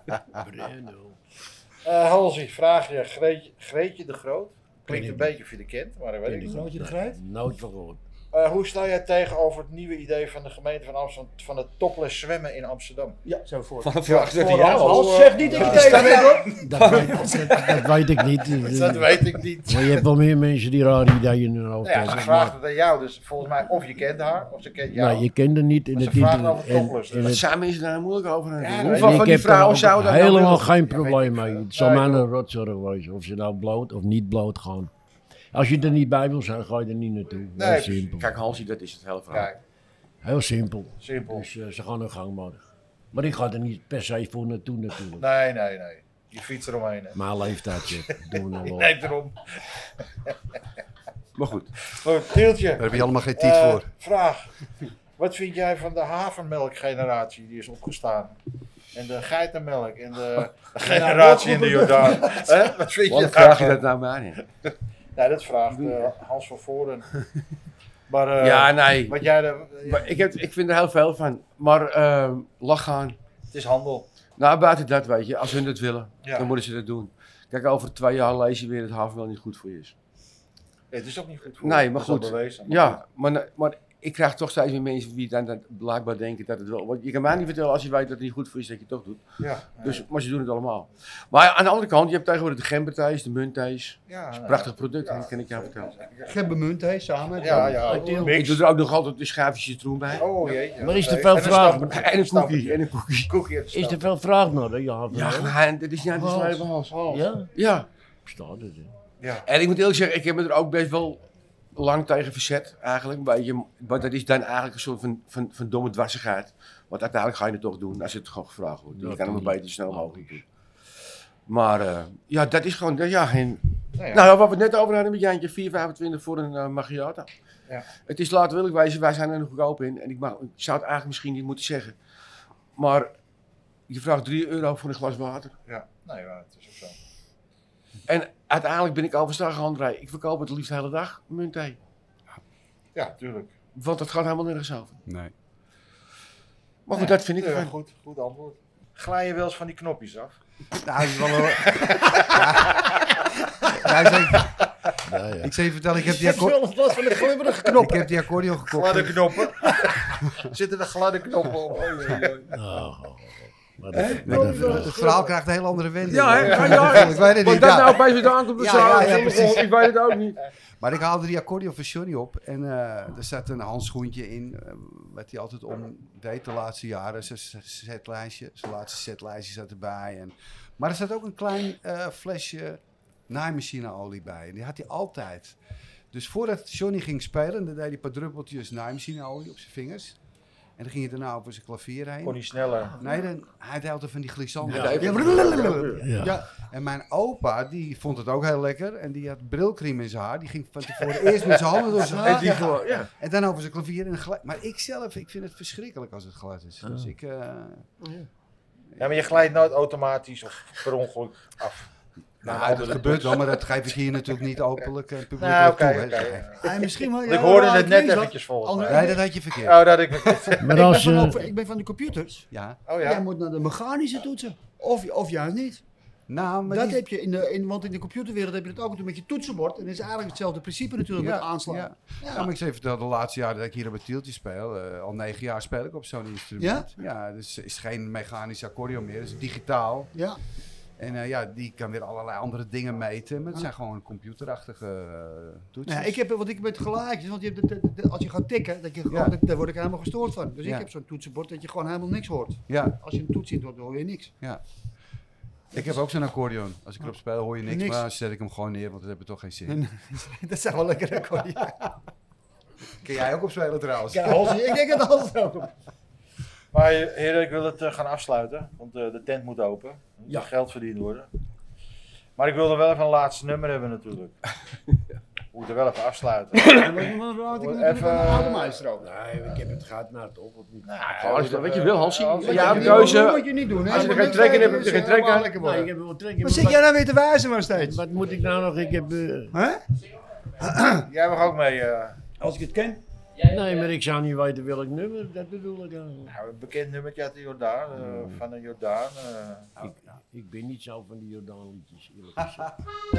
Hansie, vraag je Greetje de Groot. Klinkt een beetje of je de kent, maar dat weet ik niet. Grootje de Grijt? Nooit van gehoord. Hoe sta jij tegenover het nieuwe idee van de gemeente van Amsterdam van het topless zwemmen in Amsterdam? Ja, zo voor. Van vraag zegt hij Voor ja. Hans. Hans, zeg niet dat je tegen bent, hoor. Dat weet ik niet. Dat weet ik niet. Maar je hebt wel meer mensen die rare ideeën in hun hoofd Nou ja, ze hebben. vraagt maar- het aan jou, dus volgens mij of je kent haar of ze kent jou. Nee, je kent er niet in Maar het ze vragen over internet. topless, in Wat het- zijn mensen daar moeilijk over aan het Ja, doen? nee, Hoeveel van ik die heb vrouwen er zouden dat nou helemaal willen? geen weet probleem ik mee. veel. Het zal Nee, mij joh. een rotzooi wezen. Of ze nou bloot of niet bloot gaan. Als je er niet bij wil zijn, ga je er niet naartoe. Nee, Heel simpel. Kijk, Hansie, dat is het hele verhaal. Kijk, Heel simpel. simpel. Dus ze gaan hun gang maar. Maar ik ga er niet per se voor naartoe natuurlijk. Nee. Je fietst eromheen. Hè. Mijn leeftijd doen we nog wel. Nee, erom. Maar goed. Goed, Tieltje. Daar heb je allemaal geen tijd voor. Vraag. Wat vind jij van de havermelkgeneratie die is opgestaan? En de geitenmelk en de generatie in de Jordaan. Hè? Wat vind je Waarom vraag je daarvan? dat nou maar in? Nee, dat vraagt Hans van Voren. Maar Ja, nee. wat jij Maar ik vind er heel veel van. Maar lach gaan. het is handel. Nou, buiten dat weet je. Als hun dat willen, Ja. dan moeten ze dat doen. Kijk, over 2 jaar lees je weer dat havermel niet goed voor je is. Het is ook niet goed voor Nee, je, maar dat is al goed. bewezen, maar Ja, maar ik krijg toch steeds meer mensen die dan blijkbaar denken dat het wel... Want je kan mij niet vertellen als je weet dat het niet goed voor je is, dat je het toch doet. goed. Ja, Dus, maar ze doen het allemaal. Maar aan de andere kant, je hebt tegenwoordig de gemberthees, de muntthees. ja, nou, Prachtig product, ja. dat kan ik jou vertellen. Geen bemunt, hè, samen. Ja, Ik Ik doe er ook nog altijd de schaafjes citroen bij. Oh jeetje. Maar is er Oké. veel En een vraag? stampertje. En een koekie. Stampertje. En een koekie. Koekie en een Is er stampertje. veel vraag naar, hè? Ja, Ja, maar dat is niet aan te schrijven, Hans. Ja? Ja. Bestaat het, hè? Ja. En ik moet eerlijk zeggen, ik heb me er ook best wel lang tegen verzet, eigenlijk. Een beetje, maar dat is dan eigenlijk een soort van domme dwarsigheid. Want uiteindelijk ga je het toch doen als het gewoon gevraagd wordt. Je kan hem een beetje snel mogelijk doen. Maar ja, dat is gewoon, ja, en, Nou ja. nou, wat we het net over hadden met Jantje, 4,25 voor een macchiato. Ja. Het is, laten we eerlijk wezen, wij zijn er nog goedkoop in. En ik zou het eigenlijk misschien niet moeten zeggen. Maar je vraagt €3 voor een glas water. Ja, nee, maar het is ook zo. En uiteindelijk ben ik overstag gaan rijden. Ik verkoop het liefst de hele dag, muntthee. Ja, tuurlijk. Want dat gaat helemaal nergens over. Nee. Maar goed, dat vind ik Ja, ervan. goed antwoord. Glij je wel eens van die knopjes af? Nou, dat is wel een... Ik zou je vertellen, ik heb die, Wel eens last van de glibberige knop. ik heb die accordeon gekocht. Gladde knoppen. Zitten er gladde knoppen op? Het verhaal krijgt een hele andere wending. Ja, hè? Ik weet het Wat niet. dat ja. nou opeens weer aankomt, precies. ik weet het ook niet. Maar ik haalde die accordeon van Johnny op en er zat een handschoentje in, wat hij altijd om deed de laatste jaren. Zijn setlijstje, zijn laatste setlijstje zat erbij. Maar er zat ook een klein flesje naaimachineolie bij. En die had hij altijd. Dus voordat Johnny ging spelen, dan deed hij een paar druppeltjes naaimachineolie op zijn vingers. En dan ging hij daarna over zijn klavier heen. Kon niet sneller. Nee, hij deed altijd van die glissanten. Ja. En mijn opa, die vond het ook heel lekker. En die had brilcreme in zijn haar. Die ging van tevoren eerst met zijn handen door zijn haar. En die gewoon, ja. En dan over zijn klavier. En maar ik vind het verschrikkelijk als het glad is. Dus ik... Ja, maar je glijdt nooit automatisch of per ongeluk af. Nou, dat gebeurt wel, maar dat geef ik hier natuurlijk niet openlijk en publiek Nou, toe. oké, hè. oké. Misschien wel. Ik hoorde het net eventjes volgens mij. Nee, dat had je verkeerd. Oh, dat ik me... Maar als je... Ik ben van de computers. Ja. Oh Jij ja. moet naar de mechanische toetsen. Of juist niet. Nou, maar Dat die- heb je want in de computerwereld heb je het ook met je toetsenbord. En dat is eigenlijk hetzelfde principe natuurlijk met aanslaan. Ja. Ja, maar ik zei vertellen, de laatste jaren dat ik hier op het tieltje speel, al 9 jaar speel ik op zo'n instrument. Ja, dus het is geen mechanisch accordeon meer, het is digitaal. Ja. En die kan weer allerlei andere dingen meten, maar het zijn gewoon computerachtige toetsen. Nou ja, ik heb met geluidjes, want je hebt als je gaat tikken, daar word ik helemaal gestoord van. Dus Ja. ik heb zo'n toetsenbord dat je gewoon helemaal niks hoort. Ja, Als je een toets in doet, dan hoor je niks. ja. Ik heb ook zo'n accordeon. Als ik erop speel hoor je niks, Niks. maar dan zet ik hem gewoon neer, want dat heb toch geen zin. Dat zijn wel lekker accordeon. Kun jij ook op spelen trouwens? Ja, Halsey, ik denk het altijd ook. Maar heren, ik wil het gaan afsluiten, want de tent moet open. Er moet Ja. geld verdiend worden. Maar ik wilde wel even een laatste nummer hebben natuurlijk. We moeten wel even afsluiten. En wat ik moet Even- een oude maestro. Nee, ik heb het gehad naar toch of niet? Gewoon, weet je wel, Halsey? Ja, Ja, Dat keuze. moet je niet doen. Hè? Als je er moet geen trek in niks hebt, heb je zeggen, geen trek helemaal aan. lekker Nee, worden. ik heb wel trek. Wat zit jij nou weer te wijzen maar steeds? Wat moet ik nou nog? Ik heb... Hè? Jij mag ook mee. Als ik het ken. Nee, maar ik zou niet weten welk nummer, dat bedoel ik dan. Nou, een bekend nummertje uit de Jordaan, van de Jordaan. Ik ben niet zo van die Jordaan-liedjes, eerlijk gezegd.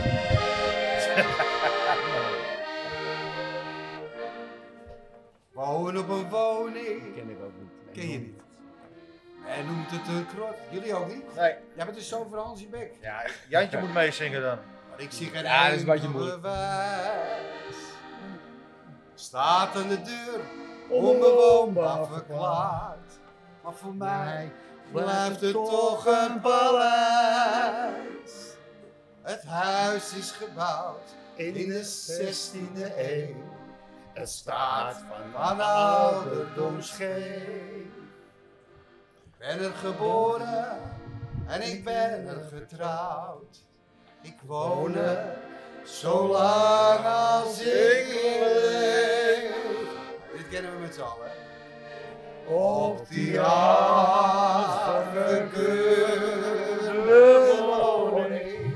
Wonen op een woning. Ken ik ook niet. Ken je niet. En noemt het een krot. Jullie ook niet? Nee, Jij bent dus zo van Hansie Beck. ja, Jantje moet meezingen dan. Maar ik zie geen Ja, dat is een beetje enkel moeilijk. bewijs. Staat aan de deur, onbewoonbaar verklaard. Maar voor mij blijft het toch een paleis. Het huis is gebouwd in de 16e eeuw. Het staat van ouderdom scheef. Ik ben er geboren en ik ben er getrouwd. Ik woon er zo lang als ik leef. Dit kennen we met z'n allen. Op die afgekeurde woning.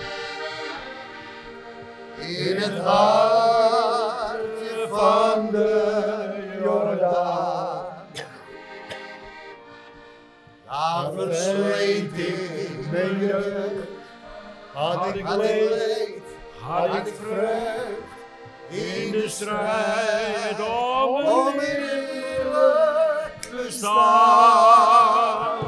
In het hartje van de Jordaan. Daar versleet ik mijn jeugd. Had ik leed, had ik vreugd. In de strijd om in eerlijk bestaan.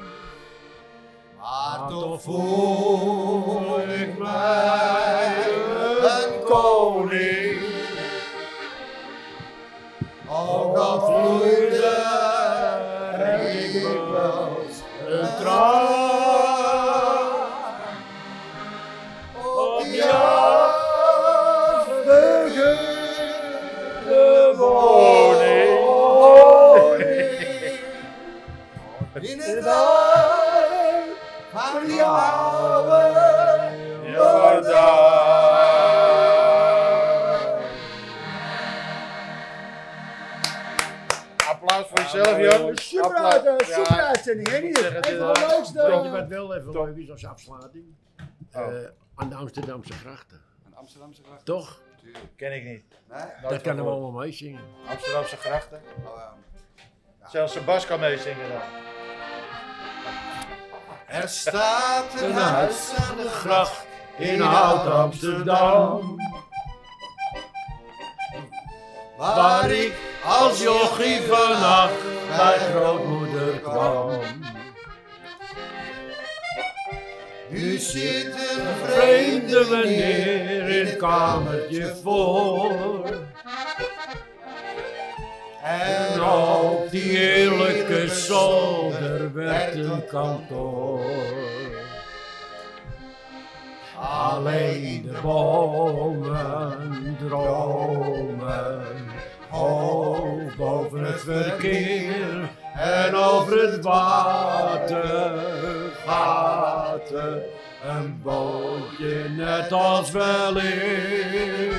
Maar toch voel ik mij een koning. Ook al vloeide er dikwijls een traan. Op die afgekeurde woning. In het hart van die oude Jordaan. Applaus voor jezelf, jongens. Super uitzending, hè? ik moet zeggen, Even dit- de leukste. Weet je wat wel even leuk is als afsluiting? Oh. Aan de Amsterdamse grachten. Een Amsterdamse gracht. Toch? Ken ik niet. Nee? Daar kunnen we allemaal mee zingen. Amsterdamse grachten. Oh, Zelfs Sebas kan meezingen daar. Er staat een huis aan de Gracht in Oud-Amsterdam. Waar ik als jochie vannacht bij grootmoeder kwam. Nu zit een Vreemde meneer in het kamertje voor. En op die heerlijke zolder werd een kantoor. Alleen de bomen dromen hoog boven het verkeer. En over het water gaat er een bootje net als weleer.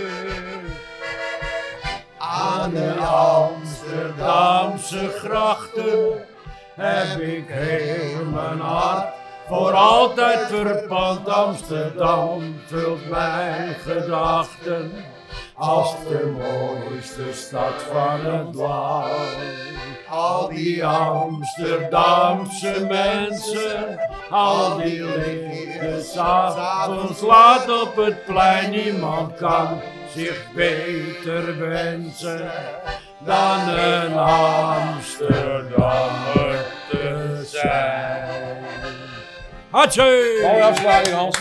Aan de Amsterdamse grachten heb ik heel mijn hart voor altijd verpand. Amsterdam vult mijn gedachten als de mooiste stad van het land. Al die Amsterdamse mensen, al die lichten s'avonds laat op het plein. Niemand kan zich beter wensen dan een Amsterdammer te zijn. Hatsé! Mooie afsluiting, Hans.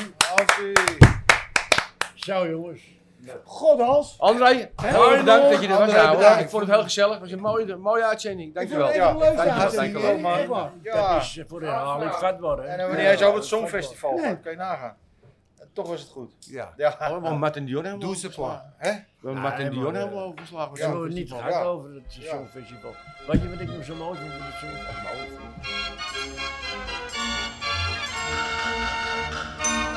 Zo jongens. God, Hans. André, heel erg bedankt dat je er was. André, ouwe. bedankt. Ik vond het heel gezellig. Het was een mooie uitzending. Dankjewel. Even een leuke Ja, uitzending, dankjewel, hè? man. Echt waar. Ja. Dat is voor herhaling vatbaar, En hè? dan wanneer je zo op het Songfestival Nee. gaat, kan je nagaan. En toch was het goed. Ja. Ja. Oh, we hebben Martin Dion helemaal Doe ze overgeslagen. plan. Hè? We hebben Martin Nee, Dion maar, helemaal overgeslagen. We hebben het niet Ja. gehad over het Songfestival. Weet je wat ik nog zo mooi vind? Van het Songfestival?